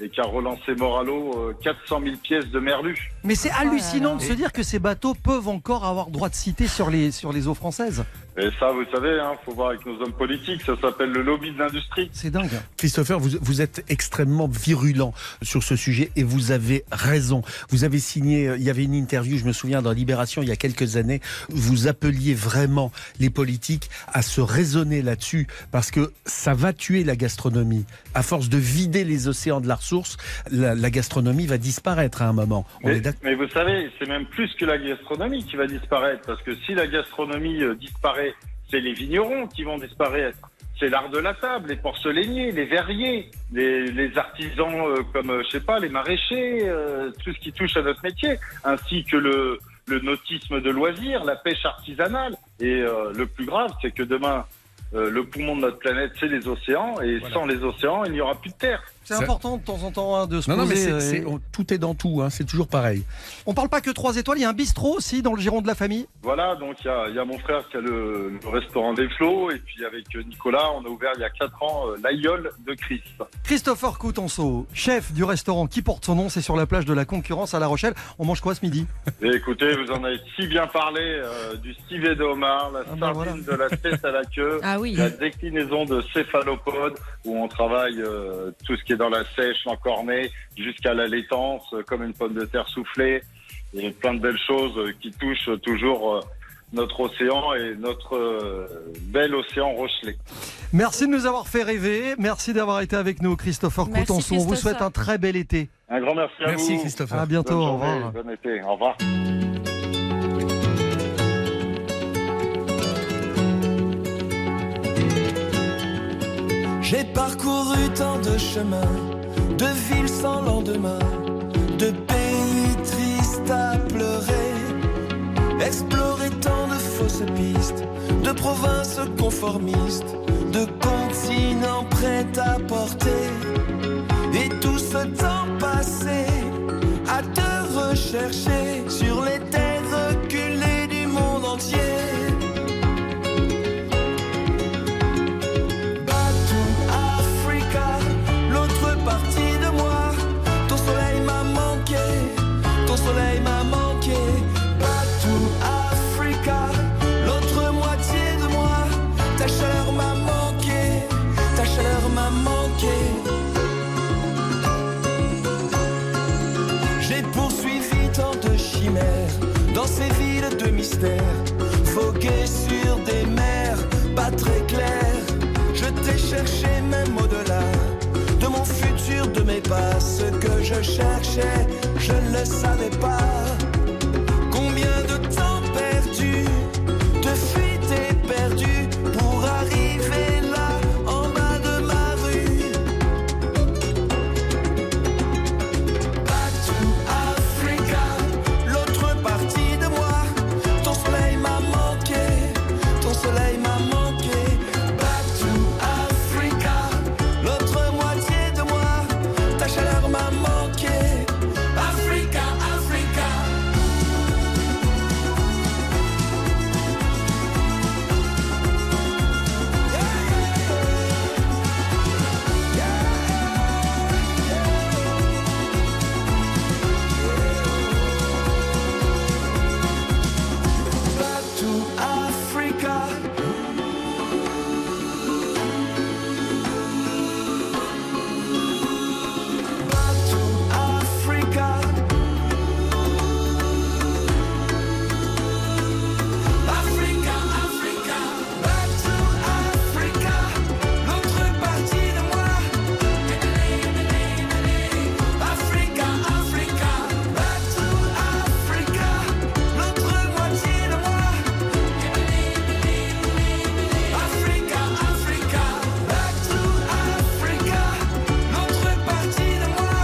K: et qui a relancé Moralo 400 000 pièces de merlu.
D: Mais c'est hallucinant de se dire que ces bateaux peuvent encore avoir droit de cité sur les eaux françaises.
K: Et ça, vous savez, faut voir avec nos hommes politiques, ça s'appelle le lobby de l'industrie.
D: C'est dingue.
F: Christopher, vous êtes extrêmement virulent sur ce sujet et vous avez raison. Vous avez signé, il y avait une interview, je me souviens, dans Libération il y a quelques années, vous appeliez vraiment les politiques à se raisonner là-dessus parce que ça va tuer la gastronomie. À force de vider les océans de la ressource, la gastronomie va disparaître à un moment.
K: Mais vous savez, c'est même plus que la gastronomie qui va disparaître, parce que si la gastronomie disparaît, c'est les vignerons qui vont disparaître. C'est l'art de la table, les porcelainiers, les verriers, les artisans comme, je sais pas, les maraîchers, tout ce qui touche à notre métier, ainsi que le nautisme de loisirs, la pêche artisanale. Et le plus grave, c'est que demain, le poumon de notre planète, c'est les océans, et sans les océans, il n'y aura plus de terre.
D: C'est important de temps en temps de se poser.
F: Non, mais tout est dans tout, c'est toujours pareil.
D: On parle pas que 3 étoiles, il y a un bistrot aussi dans le giron de la famille.
K: Voilà, donc il y a mon frère qui a le restaurant des Flots, et puis avec Nicolas, on a ouvert il y a 4 ans l'Aïeul de Christ.
D: Christopher Coutenceau, chef du restaurant qui porte son nom, c'est sur la plage de la Concurrence à La Rochelle. On mange quoi ce midi?
K: Et écoutez, vous en avez si bien parlé, du civet de homard, la sardine de la tête à la queue, la déclinaison de céphalopode, où on travaille tout ce qui est dans la sèche, l'encornet, jusqu'à la laitance, comme une pomme de terre soufflée, et plein de belles choses qui touchent toujours notre océan et notre bel océan Rochelet.
D: Merci de nous avoir fait rêver, merci d'avoir été avec nous, Christopher Coutenceau. On vous souhaite un très bel été.
K: Un grand merci à vous.
F: Merci Christopher.
D: À bientôt,
K: Bonne
D: au revoir.
K: journée, bon été, au revoir.
G: J'ai parcouru tant de chemins, de villes sans lendemain, de pays tristes à pleurer, exploré tant de fausses pistes, de provinces conformistes, de continents prêts à porter, et tout ce temps passé à te rechercher sur les terres reculées du monde entier. Soleil m'a manqué, partout Africa, l'autre moitié de moi, ta chaleur m'a manqué, ta chaleur m'a manqué. J'ai poursuivi tant de chimères, dans ces villes de mystère, vogué sur des mers pas très claires. Je t'ai cherché même au-delà de mon futur, de mes pas, ce que je cherchais, je ne le savais pas. Combien de temps perdu, de fuite éperdue, pour arriver là, en bas de ma rue. Back to Africa, l'autre partie de moi, ton soleil m'a manqué, ton soleil m'a manqué. Back to Africa, l'autre moitié de moi, ta chaleur m'a manqué. Africa, Africa. Back to Africa. Back to Africa. Africa, Africa. Back to Africa. L'autre partie de moi. Africa, Africa. Back to Africa. L'autre moitié de moi. Africa, Africa. Back to Africa. L'autre partie de moi.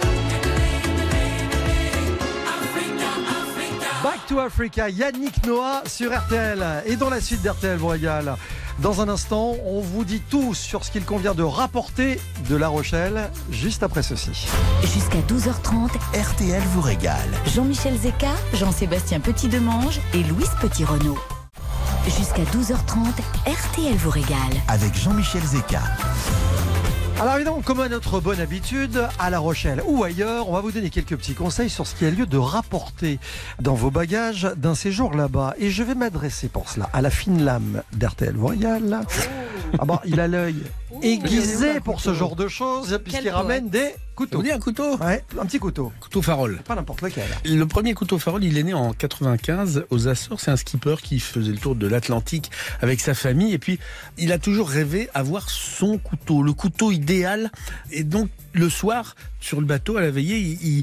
G: Africa, Africa.
D: Back to Africa, Yannick Noah sur RTL. Et dans la suite d'RTL vous régale. Dans un instant, on vous dit tout sur ce qu'il convient de rapporter de La Rochelle, juste après ceci.
B: Jusqu'à 12h30,
C: RTL vous régale.
B: Jean-Michel Zeka, Jean-Sébastien Petit-Demange et Louise Petit-Renaud. Jusqu'à 12h30, RTL vous régale.
C: Avec Jean-Michel Zeka.
D: Alors évidemment, comme à notre bonne habitude, à La Rochelle ou ailleurs, on va vous donner quelques petits conseils sur ce qui a lieu de rapporter dans vos bagages d'un séjour là-bas. Et je vais m'adresser pour cela à la fine lame d'RTL Royal. Ah bon, il a l'œil aiguisé pour ce genre de choses, puisqu'il ramène des couteaux.
F: Vous voulez un couteau?
D: Ouais, un petit couteau.
F: Couteau Farol.
D: Pas n'importe lequel.
F: Le premier couteau Farol, il est né en 95 aux Açores. C'est un skipper qui faisait le tour de l'Atlantique avec sa famille. Et puis, il a toujours rêvé avoir son couteau, le couteau idéal. Et donc, le soir, sur le bateau, à la veillée, il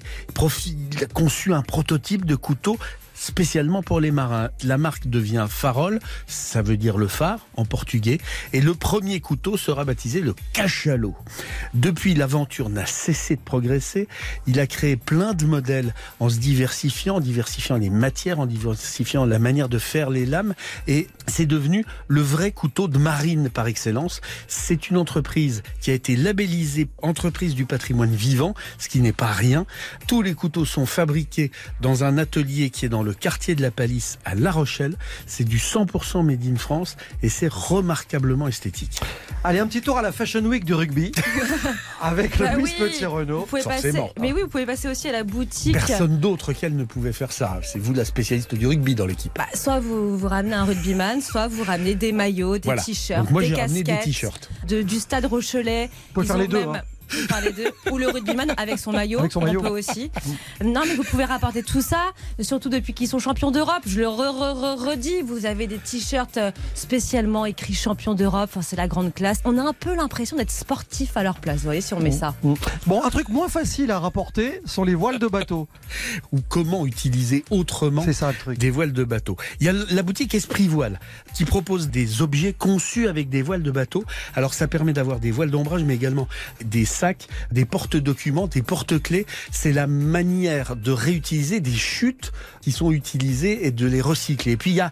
F: a conçu un prototype de couteau spécialement pour les marins. La marque devient Farol, ça veut dire le phare en portugais, et le premier couteau sera baptisé le cachalot. Depuis, l'aventure n'a cessé de progresser. Il a créé plein de modèles en se diversifiant les matières, en diversifiant la manière de faire les lames, et c'est devenu le vrai couteau de marine par excellence. C'est une entreprise qui a été labellisée entreprise du patrimoine vivant, ce qui n'est pas rien. Tous les couteaux sont fabriqués dans un atelier qui est dans le quartier de la Palisse à La Rochelle. C'est du 100% made in France et c'est remarquablement esthétique.
D: Allez, un petit tour à la Fashion Week du rugby avec le Louis Petit-Renaud.
E: Mais oui, vous pouvez passer aussi à la boutique.
F: Personne d'autre qu'elle ne pouvait faire ça. C'est vous la spécialiste du rugby dans l'équipe.
E: Soit vous ramenez un rugbyman, soit vous ramenez des maillots, des t-shirts,
F: donc moi,
E: des
F: j'ai
E: casquettes,
F: ramené des t-shirts.
E: Du Stade Rochelet.
D: Vous pouvez faire les deux.
E: Enfin, les deux. Ou le rugbyman avec son maillot, on peut aussi. Non, mais vous pouvez rapporter tout ça, surtout depuis qu'ils sont champions d'Europe. Je le redis, vous avez des t-shirts spécialement écrits champions d'Europe. Enfin, c'est la grande classe. On a un peu l'impression d'être sportif à leur place, vous voyez, si on met ça.
D: Bon, un truc moins facile à rapporter sont les voiles de bateau.
F: Ou comment utiliser autrement des voiles de bateau. Il y a la boutique Esprit Voile qui propose des objets conçus avec des voiles de bateau. Alors, ça permet d'avoir des voiles d'ombrage, mais également des sacs, des porte-documents, des porte-clés. C'est la manière de réutiliser des chutes qui sont utilisées et de les recycler. Et puis il y a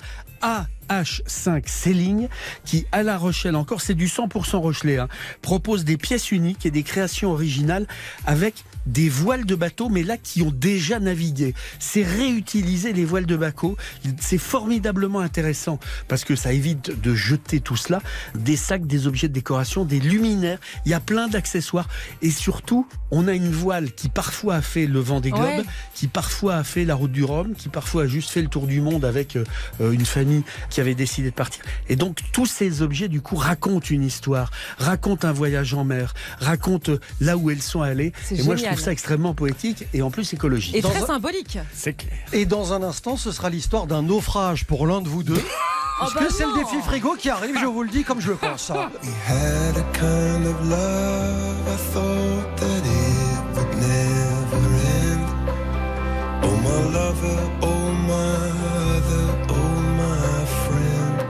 F: AH5 Sailing qui, à La Rochelle encore, c'est du 100% rochelais, propose des pièces uniques et des créations originales avec des voiles de bateau, mais là qui ont déjà navigué. C'est réutiliser les voiles de bateau. C'est formidablement intéressant parce que ça évite de jeter tout cela. Des sacs, des objets de décoration, des luminaires. Il y a plein d'accessoires. Et surtout, on a une voile qui parfois a fait le Vendée Globe, qui parfois a fait la Route du Rhum, qui parfois a juste fait le tour du monde avec une famille qui avait décidé de partir. Et donc, tous ces objets, du coup, racontent une histoire, racontent un voyage en mer, racontent là où elles sont allées. Et moi, je trouve ça extrêmement poétique et en plus écologique.
E: Et très symbolique.
F: C'est clair.
D: Et dans un instant, ce sera l'histoire d'un naufrage pour l'un de vous deux. Parce que c'est le défi frigo qui arrive, je vous le dis comme je le pense.
G: We had a kind of love, I thought that it would never end. Oh my lover, oh my other, oh my friend.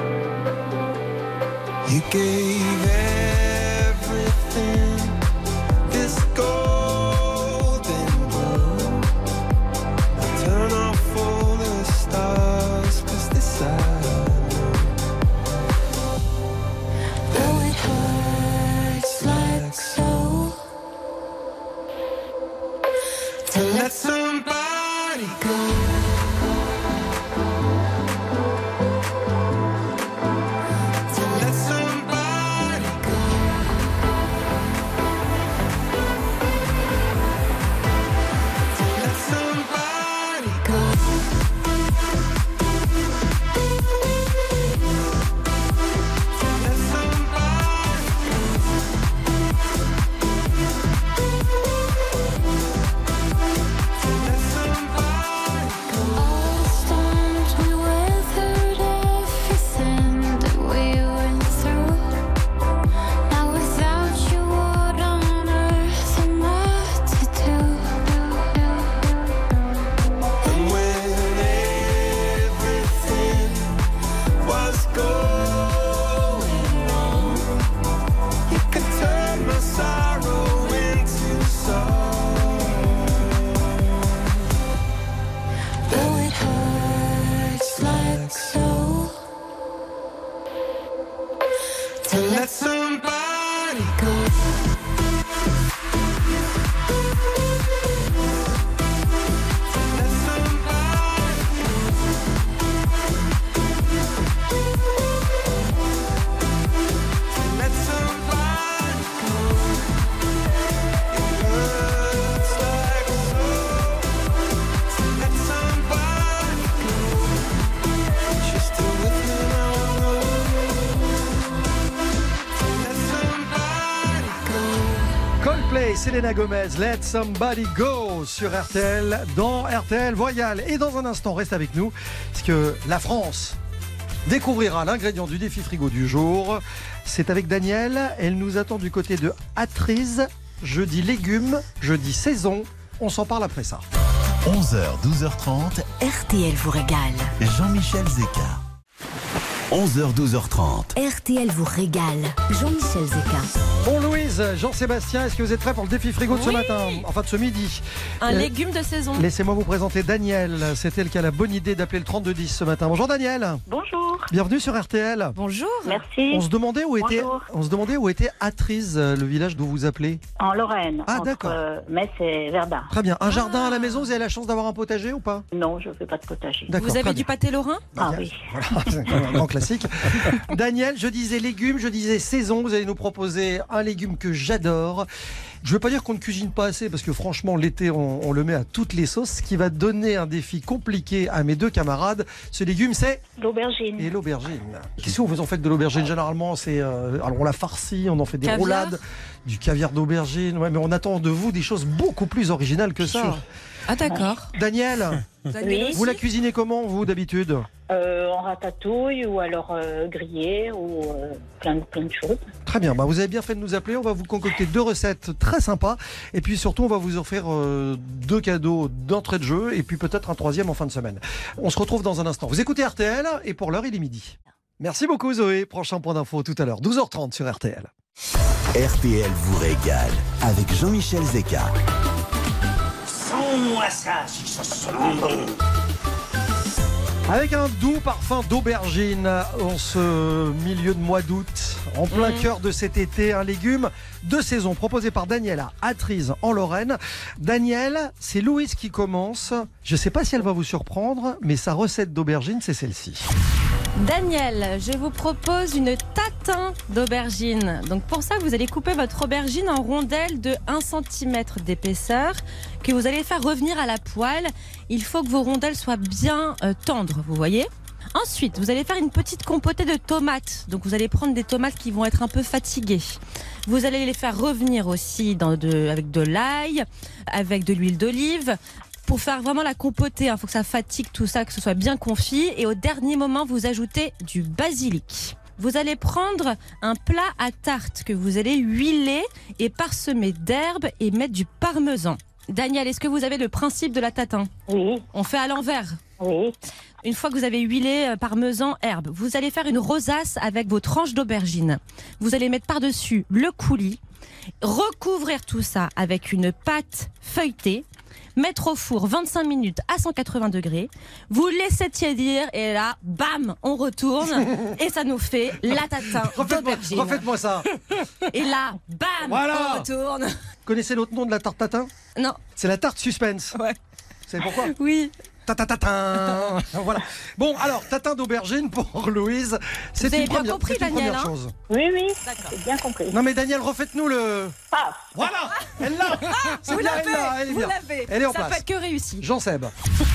G: You gave everything, this golden blue. I turn off all the stars, 'cause this I to let somebody go. To let somebody go. To let somebody go. To let somebody go.
D: et Selena Gomez, Let Somebody Go sur RTL, dans RTL Voyal. Et dans un instant, reste avec nous, parce que la France découvrira l'ingrédient du défi frigo du jour. C'est avec Daniel, elle nous attend du côté de Atriz. Jeudi légumes, jeudi saison, on s'en parle après ça.
C: 11h, 12h30,
B: RTL vous régale.
C: Jean-Michel Zeka. 11h, 12h30.
B: RTL vous régale. Jean-Michel Zeka.
D: Bon Louise, Jean-Sébastien, est-ce que vous êtes prêts pour le défi frigo de ce
E: Oui.
D: matin? Enfin de ce midi.
E: Un légume de saison.
D: Laissez-moi vous présenter Daniel. C'est elle qui a la bonne idée d'appeler le 3210 ce matin. Bonjour Daniel.
L: Bonjour.
D: Bienvenue sur RTL.
E: Bonjour.
L: Merci.
D: On se demandait où était,
L: Bonjour.
D: Atriz, le village d'où vous appelez.
L: En Lorraine.
D: Ah,
L: entre
D: d'accord.
L: Metz et Verdun.
D: Très bien. Un jardin à la maison, vous avez la chance d'avoir un potager ou pas?
L: Non, je ne fais pas de potager.
D: D'accord,
E: Vous avez
D: très
E: du
D: bien.
E: pâté lorrain?
L: Ah oui.
D: Voilà, c'est un grand classique. Daniel, je disais légumes, je disais saison. Vous allez nous proposer un légume que j'adore. Je ne veux pas dire qu'on ne cuisine pas assez, parce que franchement, l'été, on le met à toutes les sauces, ce qui va donner un défi compliqué à mes deux camarades. Ce légume, c'est
L: L'aubergine.
D: et l'aubergine. Qu'est-ce que vous en faites de l'aubergine généralement? C'est alors on la farcie, on en fait des
E: Caviar.
D: roulades, du caviar d'aubergine. Ouais, mais on attend de vous des choses beaucoup plus originales que ça.
F: sûr.
E: Ah d'accord.
D: Daniel,
E: Daniel
L: Oui.
E: aussi.
D: vous la cuisinez comment vous d'habitude?
L: En ratatouille ou alors grillée ou plein de choses.
D: Très bien, bah vous avez bien fait de nous appeler. On va vous concocter deux recettes très sympas. Et puis surtout, on va vous offrir deux cadeaux d'entrée de jeu. Et puis peut-être un troisième en fin de semaine. On se retrouve dans un instant. Vous écoutez RTL et pour l'heure, il est midi. Merci beaucoup Zoé. Prochain point d'info tout à l'heure. 12h30 sur RTL.
A: RTL vous régale avec Jean-Michel Zeka.
M: Sans-moi ça, si ça sent bon.
D: Avec un doux parfum d'aubergine en ce milieu de mois d'août, en plein cœur de cet été, un légume de saison proposé par Daniel à Atriz en Lorraine. Daniel, c'est Louise qui commence. Je ne sais pas si elle va vous surprendre, mais sa recette d'aubergine, c'est celle-ci.
E: Daniel, je vous propose une tatin d'aubergine. Donc pour ça, vous allez couper votre aubergine en rondelles de 1 cm d'épaisseur que vous allez faire revenir à la poêle. Il faut que vos rondelles soient bien tendres, vous voyez. Ensuite, vous allez faire une petite compotée de tomates. Donc vous allez prendre des tomates qui vont être un peu fatiguées. Vous allez les faire revenir aussi avec de l'ail, avec de l'huile d'olive. Pour faire vraiment la compotée, il faut que ça fatigue tout ça, que ce soit bien confit. Et au dernier moment, vous ajoutez du basilic. Vous allez prendre un plat à tarte que vous allez huiler et parsemer d'herbes et mettre du parmesan. Daniel, est-ce que vous avez le principe de la tatin?
L: Oui.
E: On fait à l'envers.
L: Oui.
E: Une fois que vous avez huilé parmesan, herbes, vous allez faire une rosace avec vos tranches d'aubergine. Vous allez mettre par-dessus le coulis, recouvrir tout ça avec une pâte feuilletée, mettre au four 25 minutes à 180 degrés, vous laissez tiédir et là, bam, on retourne et ça nous fait la tatin d'aubergine.
D: Refaites-moi ça.
E: Et là, bam,
D: Voilà.
E: on retourne.
D: Connaissez l'autre nom de la tarte tatin?
E: Non.
D: C'est la tarte suspense.
E: Ouais.
D: Vous savez pourquoi?
E: Oui.
D: Tatatatin. Voilà. Bon, alors, tatin d'aubergine pour Louise. C'est
E: Vous avez
D: une
E: bien
D: première,
E: compris,
D: c'est une
E: Daniel,
D: première
E: hein?
D: chose.
L: Oui, oui.
E: D'accord.
L: J'ai bien compris.
D: Non mais Daniel, refaites-nous le...
L: Ah.
D: Voilà. Elle l'a. C'est
E: Vous
D: bien, elle l'a. Elle est
E: vous
D: bien.
E: l'avez.
D: Elle est en
E: Ça
D: place.
E: peut être que réussi.
D: Jean-Seb.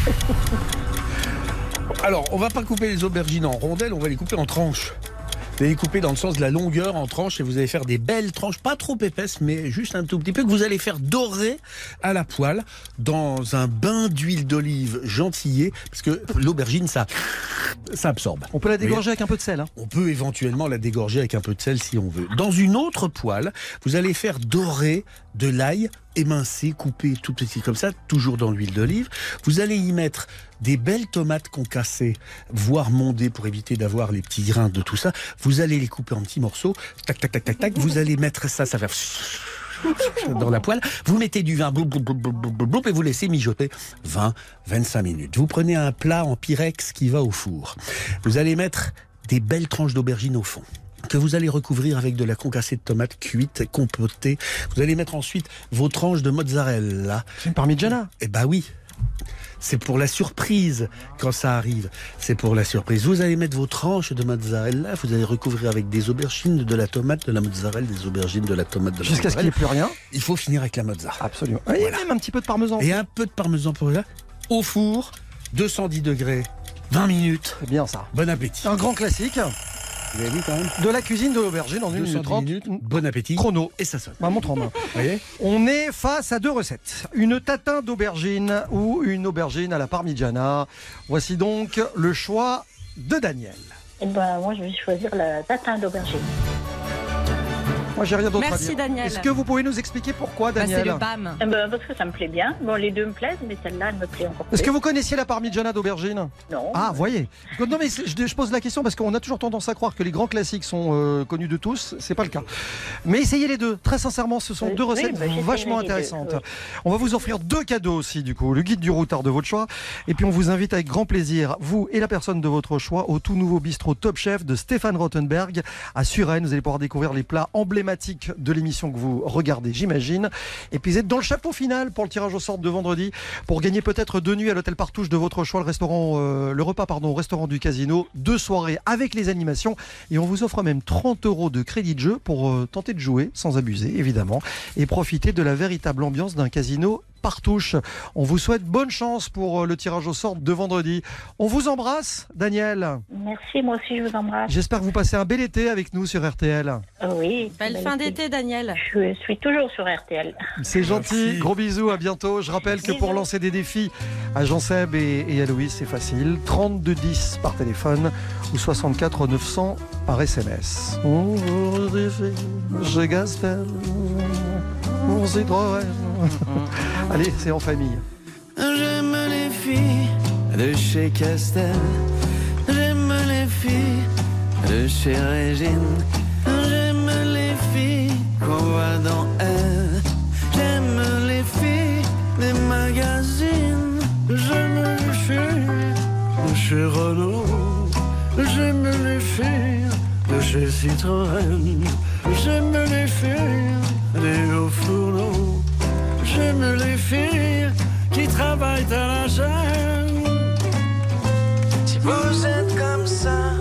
F: Alors, on va pas couper les aubergines en rondelles, on va les couper en tranches. Vous allez les couper dans le sens de la longueur en tranches et vous allez faire des belles tranches, pas trop épaisses, mais juste un tout petit peu, que vous allez faire dorer à la poêle dans un bain d'huile d'olive gentillée, parce que l'aubergine, ça absorbe.
D: On peut la dégorger avec un peu de sel. Hein.
F: On peut éventuellement la dégorger avec un peu de sel si on veut. Dans une autre poêle, vous allez faire dorer de l'ail émincé, coupé tout petit comme ça, toujours dans l'huile d'olive. Vous allez y mettre des belles tomates concassées, voire mondées pour éviter d'avoir les petits grains de tout ça. Vous allez les couper en petits morceaux. Tac, tac, tac, tac, tac. Vous allez mettre ça va faire dans la poêle. Vous mettez du vin et vous laissez mijoter 20-25 minutes. Vous prenez un plat en pyrex qui va au four. Vous allez mettre des belles tranches d'aubergine au fond, que vous allez recouvrir avec de la concassée de tomates cuite, compotée. Vous allez mettre ensuite vos tranches de mozzarella.
D: C'est une parmigiana.
F: Eh ben oui. C'est pour la surprise quand ça arrive. C'est pour la surprise. Vous allez mettre vos tranches de mozzarella, vous allez recouvrir avec des aubergines, de la tomate, de la mozzarella, des aubergines, de la tomate, de la
D: Jusqu'à ce qu'il n'y ait plus rien.
F: Il faut finir avec la mozzarella.
D: Absolument.
F: Voilà.
D: Et même un petit peu de parmesan.
F: Et un peu de parmesan pour là. Au four, 210 degrés, 20 minutes.
D: C'est bien ça.
F: Bon appétit.
D: Un grand classique.
F: Vous avez vu quand même
D: De la cuisine de l'aubergine en 1 minute 30.
F: Bon appétit.
D: Chrono.
F: Et ça sonne.
D: Ma montre en main.
F: Vous voyez ?
D: On est face à 2 recettes. Une tatin d'aubergine ou une aubergine à la parmigiana. Voici donc le choix de Daniel.
L: Eh ben, moi, je vais choisir la tatin d'aubergine.
D: Moi, j'ai rien d'autre à
E: Merci,
D: dire.
E: Daniel.
D: Est-ce que vous pouvez nous expliquer pourquoi,
E: Bah,
D: Daniel?
E: c'est le BAM.
L: Eh ben, parce que ça me plaît bien. Bon, les deux me plaisent, mais celle-là, elle me plaît encore plus.
D: Est-ce que vous connaissiez la parmigiana d'aubergine?
L: Non.
D: Ah, voyez. Non, mais je pose la question parce qu'on a toujours tendance à croire que les grands classiques sont connus de tous. C'est pas le cas. Mais essayez les deux. Très sincèrement, ce sont
L: Oui,
D: deux recettes
L: bah, j'essaierai
D: vachement
L: les deux,
D: intéressantes.
L: oui.
D: On va vous offrir 2 cadeaux aussi, du coup. Le guide du routard de votre choix. Et puis, on vous invite avec grand plaisir, vous et la personne de votre choix, au tout nouveau bistrot Top Chef de Stéphane Rothenberg à Suresnes. Vous allez pouvoir découvrir les plats emblématiques de l'émission que vous regardez, j'imagine. Et puis, vous êtes dans le chapeau final pour le tirage au sort de vendredi pour gagner peut-être 2 nuits à l'hôtel Partouche de votre choix, le repas au restaurant du Casino, 2 soirées avec les animations. Et on vous offre même 30 € de crédit de jeu pour tenter de jouer, sans abuser, évidemment, et profiter de la véritable ambiance d'un casino Partouche. On vous souhaite bonne chance pour le tirage au sort de vendredi. On vous embrasse, Daniel.
L: Merci, moi aussi, je vous embrasse.
D: J'espère que vous passez un bel été avec nous sur RTL.
L: Oui.
E: Belle fin d'été, Daniel.
L: Je suis toujours sur RTL.
D: C'est gentil. Gros bisous, à bientôt. Je rappelle que pour lancer des défis à Jean-Seb et à Louis, c'est facile. 32 10 par téléphone ou 64 900 par SMS. Bonjour, défi, je Gastel, mon Citroën. Allez, c'est en famille.
G: J'aime les filles de chez Castel. J'aime les filles de chez Régine. J'aime les filles qu'on voit dans Elle. J'aime les filles des magazines. J'aime les filles de chez Renault. J'aime les filles de chez Citroën. J'aime les filles des hauts fourneaux. J'aime les filles qui travaillent à la chaîne. Si vous êtes comme ça,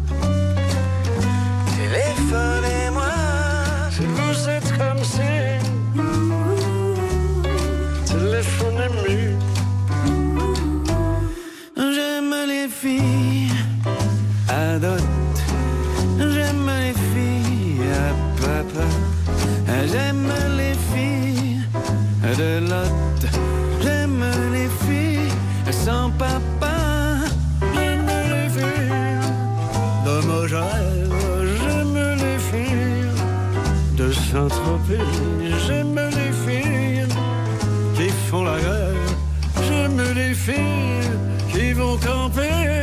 G: téléphonez-moi. Si vous êtes comme ça, téléphonez-moi. J'aime les filles à dot. J'aime les filles à papa. J'aime les filles de Lot. J'aime les filles sans papa. J'aime les filles de Mogel. J'aime les filles de Saint-Tropez. J'aime les filles qui font la guerre. J'aime les filles qui vont camper.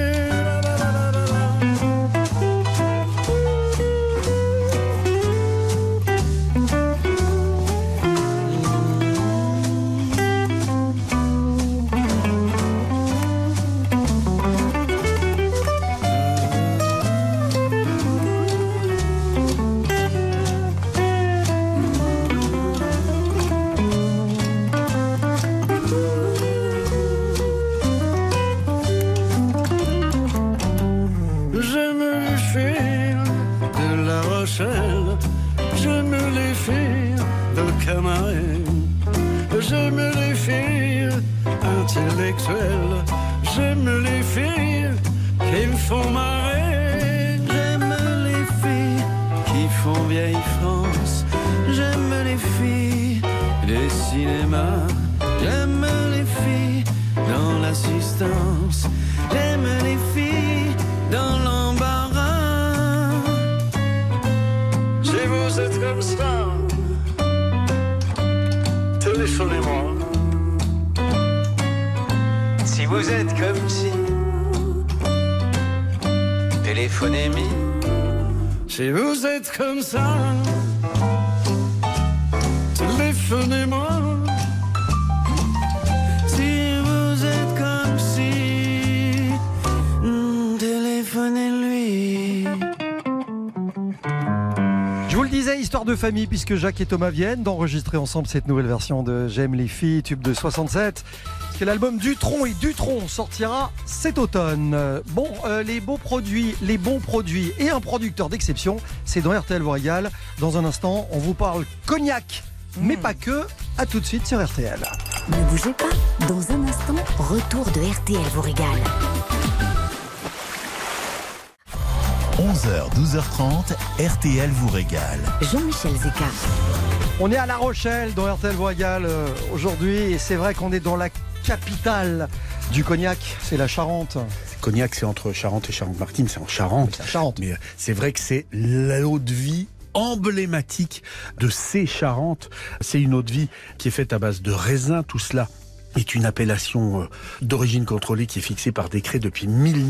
G: J'aime les filles de Camaret. J'aime les filles intellectuelles. J'aime les filles qui me font marrer. J'aime les filles qui font vieille France. J'aime les filles des cinémas. J'aime les filles dans l'assistance. J'aime les filles dans l'embarras. Si vous êtes comme ça, téléphonez-moi. Si vous êtes comme si, téléphonez-moi. Si vous êtes comme ça, téléphonez-moi. Si vous êtes comme si, téléphonez-lui.
D: Je vous le disais, histoire de famille, puisque Jacques et Thomas viennent d'enregistrer ensemble cette nouvelle version de J'aime les filles, tube de 67. Parce que l'album Dutronc et Dutronc sortira cet automne. Bon, les bons produits et un producteur d'exception, c'est dans RTL vous régale. Dans un instant, on vous parle cognac, mais pas que. À tout de suite sur RTL.
B: Ne bougez pas, dans un instant, retour de RTL vous régale.
C: 11h, 12h30, RTL vous régale.
B: Jean-Michel Zeka.
D: On est à La Rochelle dans RTL vous régale aujourd'hui et c'est vrai qu'on est dans la capitale du cognac, c'est la Charente.
F: Cognac, c'est entre Charente et Charente-Maritime, c'est en Charente.
D: C'est Charente.
F: Mais c'est vrai que c'est l'eau de vie emblématique de ces Charentes. C'est une eau de vie qui est faite à base de raisin, tout cela est une appellation d'origine contrôlée qui est fixée par décret depuis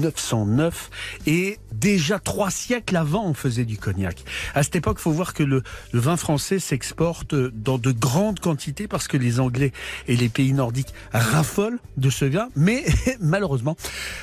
F: 1909 et déjà 3 siècles avant on faisait du cognac. À cette époque, il faut voir que le vin français s'exporte dans de grandes quantités parce que les Anglais et les pays nordiques raffolent de ce vin, mais malheureusement,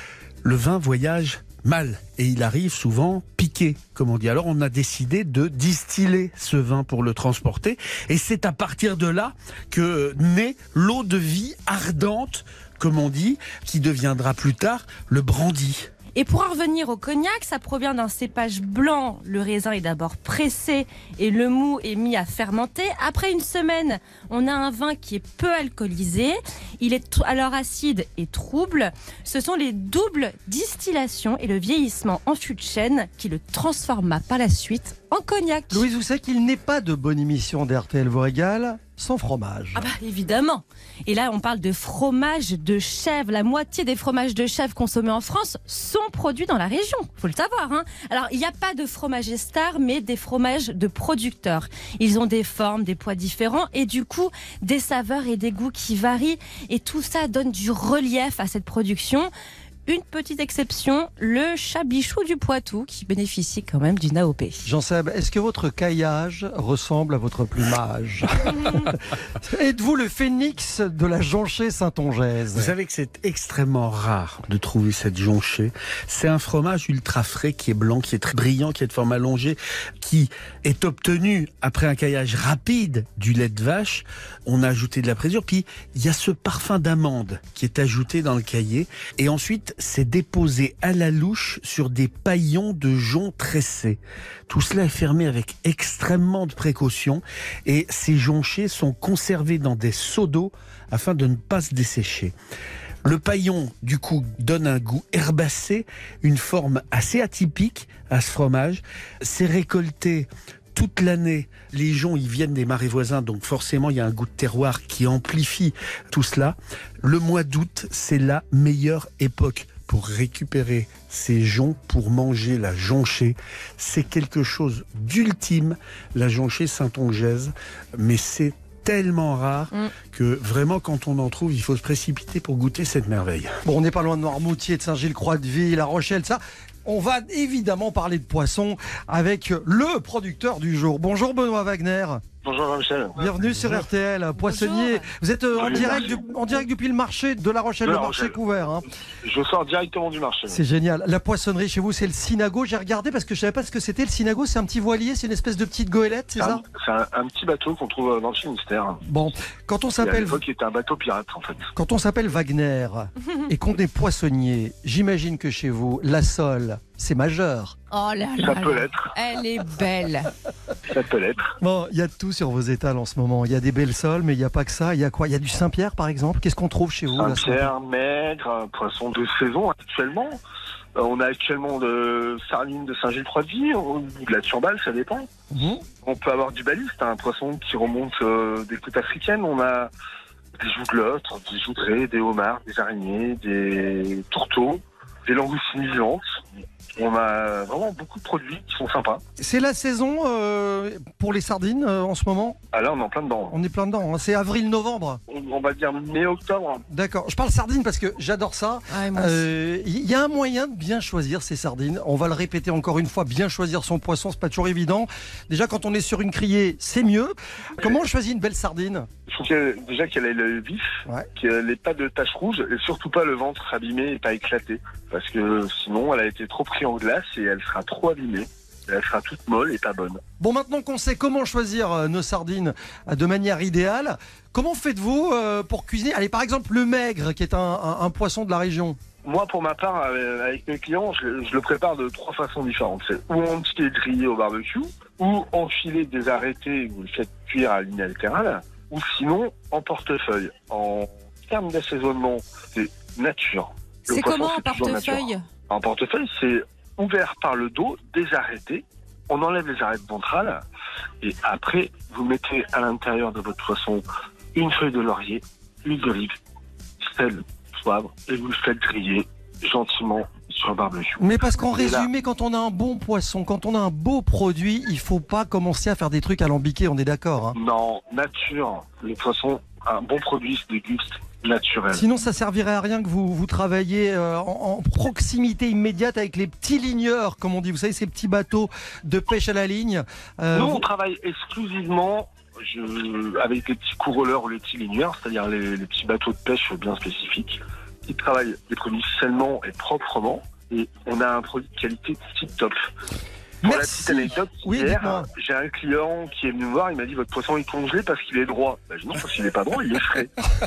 F: le vin voyage mal et il arrive souvent piqué, comme on dit. Alors on a décidé de distiller ce vin pour le transporter et c'est à partir de là que naît l'eau de vie ardente, comme on dit, qui deviendra plus tard le brandy.
E: Et pour en revenir au cognac, ça provient d'un cépage blanc. Le raisin est d'abord pressé et le mou est mis à fermenter. Après une semaine, on a un vin qui est peu alcoolisé. Il est alors acide et trouble. Ce sont les doubles distillations et le vieillissement en fût de chêne qui le transforma par la suite en cognac.
D: Louise, vous savez qu'il n'est pas de bonne émission d'RTL vous régale sans fromage.
E: Ah bah évidemment. Et là on parle de fromage de chèvre. La moitié des fromages de chèvre consommés en France sont produits dans la région. Faut le savoir, hein. Alors il n'y a pas de fromage star, mais des fromages de producteurs. Ils ont des formes, des poids différents et du coup des saveurs et des goûts qui varient. Et tout ça donne du relief à cette production. Une petite exception, le Chabichou du Poitou, qui bénéficie quand même d'une AOP.
D: Jean-Seb, est-ce que votre caillage ressemble à votre plumage? Êtes-vous le phénix de la jonchée saintongeaise?
F: Vous savez que c'est extrêmement rare de trouver cette jonchée. C'est un fromage ultra frais qui est blanc, qui est très brillant, qui est de forme allongée, qui est obtenu après un caillage rapide du lait de vache. On a ajouté de la présure, puis il y a ce parfum d'amande qui est ajouté dans le caillé. Et ensuite, c'est déposé à la louche sur des paillons de jonc tressés. Tout cela est fermé avec extrêmement de précaution et ces jonchés sont conservés dans des seaux d'eau afin de ne pas se dessécher. Le paillon, du coup, donne un goût herbacé, une forme assez atypique à ce fromage. C'est récolté toute l'année. Les joncs, ils viennent des marais voisins, donc forcément, il y a un goût de terroir qui amplifie tout cela. Le mois d'août, c'est la meilleure époque pour récupérer ces joncs, pour manger la jonchée. C'est quelque chose d'ultime, la jonchée saintongeaise, mais c'est tellement rare que vraiment quand on en trouve, il faut se précipiter pour goûter cette merveille.
D: Bon, on n'est pas loin de Noirmoutier, de Saint-Gilles-Croix-de-Vie, La Rochelle, ça. On va évidemment parler de poisson avec le producteur du jour. Bonjour Benoît Wagner.
N: Bonjour Jean-Michel.
D: Bienvenue sur RTL, poissonnier. Vous êtes en direct depuis le marché de La Rochelle, le marché couvert. Hein.
N: Je sors directement du marché.
D: C'est génial. La poissonnerie chez vous, c'est le Sinago. J'ai regardé parce que je savais pas ce que c'était le Sinago. C'est un petit voilier, c'est une espèce de petite goélette, c'est ça?
N: C'est un petit bateau qu'on trouve dans le Finistère.
D: Bon, quand on s'appelle...
N: À l'époque, il était un bateau pirate en fait.
D: Quand on s'appelle Wagner et qu'on est poissonnier, j'imagine que chez vous, la sole, c'est majeur.
E: Oh là là.
N: Ça peut l'être.
E: Elle est belle.
N: Ça peut l'être.
D: Bon, il y a de tout sur vos étals en ce moment. Il y a des belles sols, mais il n'y a pas que ça. Il y a quoi? Il y a du Saint-Pierre, par exemple. Qu'est-ce qu'on trouve chez vous?
N: Saint-Pierre, maigre, un poisson de saison actuellement. On a actuellement de sardines de Saint-Gilles-Croix-de-Vie ou de la turballe, ça dépend. On peut avoir du baliste, un poisson qui remonte des côtes africaines. On a des jouglottes, des jougrés, des homards, des araignées, des tourteaux, des langoustines vivantes. On a vraiment beaucoup de produits qui sont sympas.
D: C'est la saison pour les sardines en ce moment?
N: Ah là, on est en plein dedans.
D: On est plein dedans. Hein. C'est avril-novembre.
N: On va dire mai-octobre.
D: D'accord. Je parle sardines parce que j'adore ça. Il y a un moyen de bien choisir ces sardines. On va le répéter encore une fois. Bien choisir son poisson, c'est pas toujours évident. Déjà, quand on est sur une criée, c'est mieux. Comment on choisit une belle sardine?
N: Il faut déjà qu'elle ait l'œil vif, qu'elle n'ait pas de taches rouges et surtout pas le ventre abîmé et pas éclaté. Parce que sinon, elle a été trop prise en glace et elle sera trop abîmée. Elle sera toute molle et pas bonne.
D: Bon, maintenant qu'on sait comment choisir nos sardines de manière idéale, comment faites-vous pour cuisiner? Allez, par exemple, le maigre, qui est un poisson de la région.
N: Moi, pour ma part, avec mes clients, je le prépare de 3 façons différentes. C'est ou entier grillé au barbecue, ou enfiler des arrêtés, vous le faites cuire à l'inaltéral, ou sinon en portefeuille. En termes d'assaisonnement, c'est nature.
E: C'est comment en portefeuille?
N: En portefeuille, c'est ouvert par le dos, désarrêté. On enlève les arêtes ventrales et après, vous mettez à l'intérieur de votre poisson une feuille de laurier, huile d'olive, sel, poivre et vous le faites griller gentiment sur un barbecue.
D: Mais parce qu'en
N: Et là-
D: résumé, quand on a un bon poisson, quand on a un beau produit, il faut pas commencer à faire des trucs alambiqués, on est d'accord, hein.
N: Non, nature. Le poisson, un bon produit se déguste naturel.
D: Sinon, ça servirait à rien que vous travailliez en proximité immédiate avec les petits ligneurs, comme on dit. Vous savez, ces petits bateaux de pêche à la ligne.
N: Nous, on travaille exclusivement avec les petits couroleurs ou les petits ligneurs, c'est-à-dire les petits bateaux de pêche bien spécifiques, qui travaillent les produits sainement et proprement. Et on a un produit de qualité tip-top. Pour la petite anecdote,
D: Oui,
N: hier,
D: dites-moi.
N: j'ai un client qui est venu me voir, il m'a dit votre poisson est congelé parce qu'il est droit. Ben, je dis non, parce qu'il n'est pas droit, il est frais.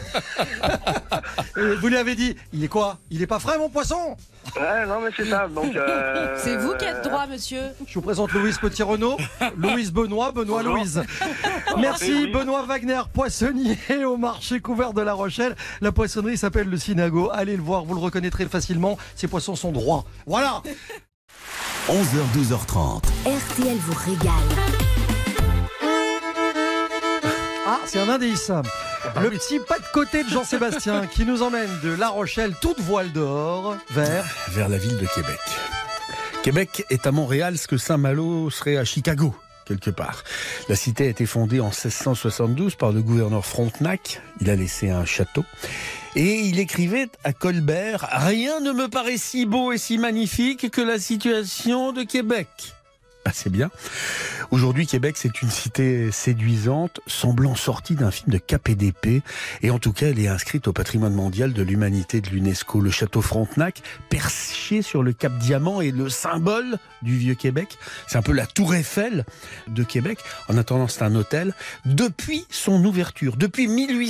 D: Vous lui avez dit, il est quoi? Il est pas frais, mon poisson?
N: Ouais, non, mais c'est ça. Donc,
E: C'est vous qui êtes droit, monsieur.
D: Je vous présente Louise Petit-Renaud, Louise Benoît, Benoît
N: Bonjour.
D: Louise. Merci Benoît Wagner, poissonnier au marché couvert de La Rochelle. La poissonnerie s'appelle le Synago. Allez le voir, vous le reconnaîtrez facilement. Ces poissons sont droits. Voilà.
A: 11h, 12h30.
B: RTL vous régale.
D: Ah, c'est un indice. Le petit pas de côté de Jean-Sébastien qui nous emmène de La Rochelle, toute voile dehors,
F: vers la ville de Québec. Québec est à Montréal ce que Saint-Malo serait à Chicago, quelque part. La cité a été fondée en 1672 par le gouverneur Frontenac. Il a laissé un château. Et il écrivait à Colbert « Rien ne me paraît si beau et si magnifique que la situation de Québec ». Ah, c'est bien. Aujourd'hui, Québec, c'est une cité séduisante, semblant sortie d'un film de KPDP. Et en tout cas, elle est inscrite au patrimoine mondial de l'humanité de l'UNESCO. Le château Frontenac, perché sur le Cap Diamant, est le symbole du vieux Québec. C'est un peu la tour Eiffel de Québec. En attendant, c'est un hôtel. Depuis son ouverture, depuis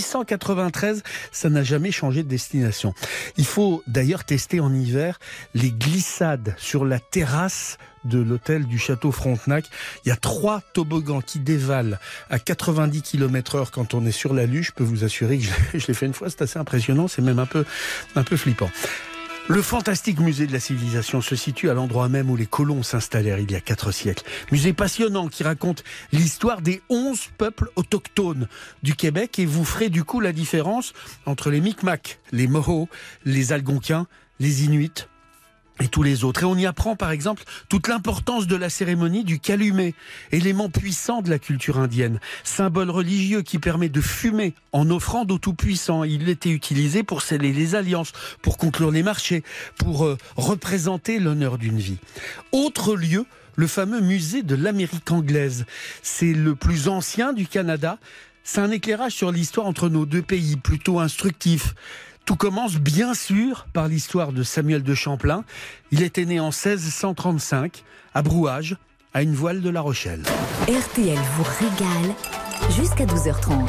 F: 1893, ça n'a jamais changé de destination. Il faut d'ailleurs tester en hiver les glissades sur la terrasse de l'hôtel du château Frontenac. Il y a 3 toboggans qui dévalent à 90 km/h quand on est sur la lue. Je peux vous assurer que je l'ai fait une fois, c'est assez impressionnant, c'est même un peu flippant. Le fantastique musée de la civilisation se situe à l'endroit même où les colons s'installèrent il y a 4 siècles. Musée passionnant qui raconte l'histoire des 11 peuples autochtones du Québec et vous ferez du coup la différence entre les Micmacs, les Mohawks, les Algonquins, les Inuits et tous les autres. Et on y apprend par exemple toute l'importance de la cérémonie du calumet, élément puissant de la culture indienne, symbole religieux qui permet de fumer en offrande au Tout-Puissant. Il était utilisé pour sceller les alliances, pour conclure les marchés, pour représenter l'honneur d'une vie. Autre lieu, le fameux musée de l'Amérique anglaise. C'est le plus ancien du Canada. C'est un éclairage sur l'histoire entre nos deux pays, plutôt instructif. Tout commence bien sûr par l'histoire de Samuel de Champlain. Il était né en 1635 à Brouage, à une voile de La Rochelle.
B: RTL vous régale jusqu'à 12h30.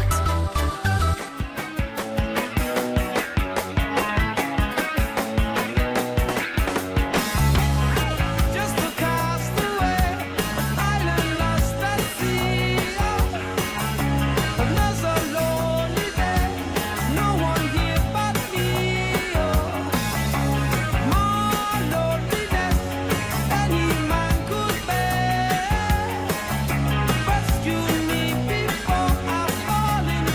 J: Rescue me before I fall in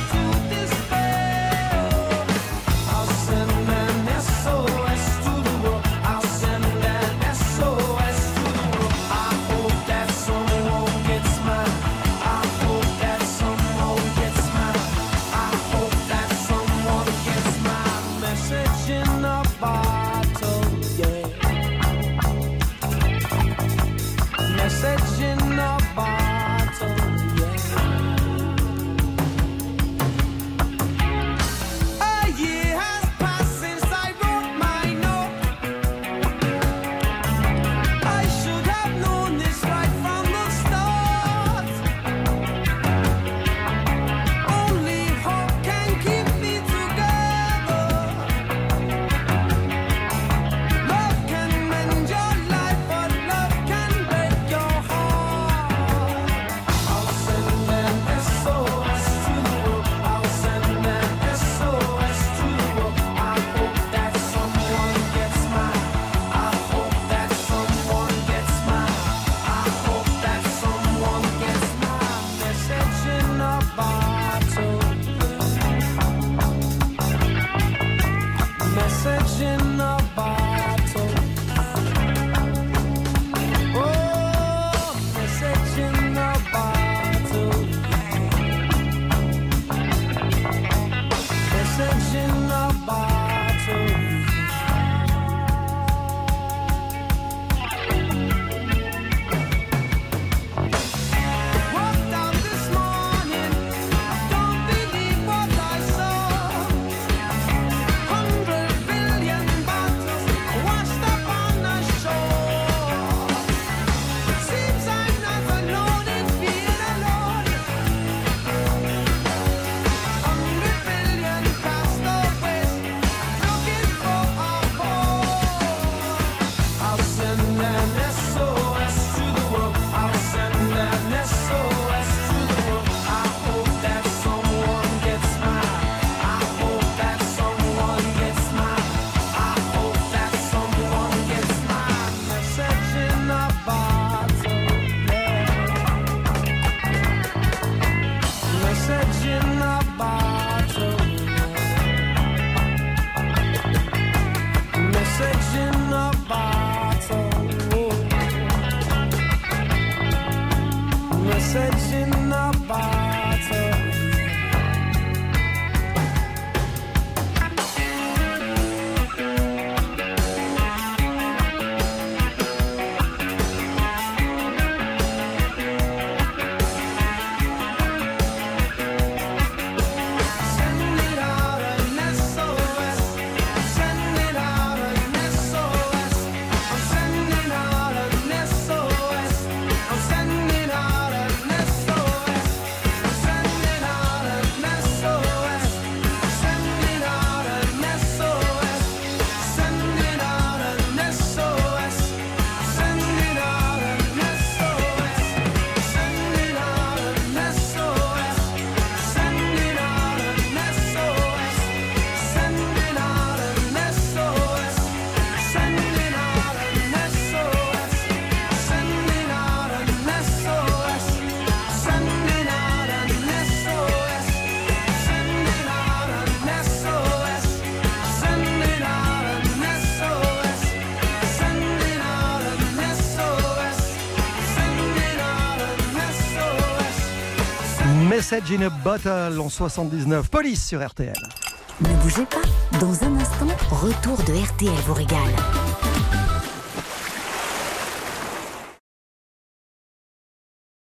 D: Message in a Bottle en 79. Police sur RTL.
B: Ne bougez pas, dans un instant, retour de RTL vous régale.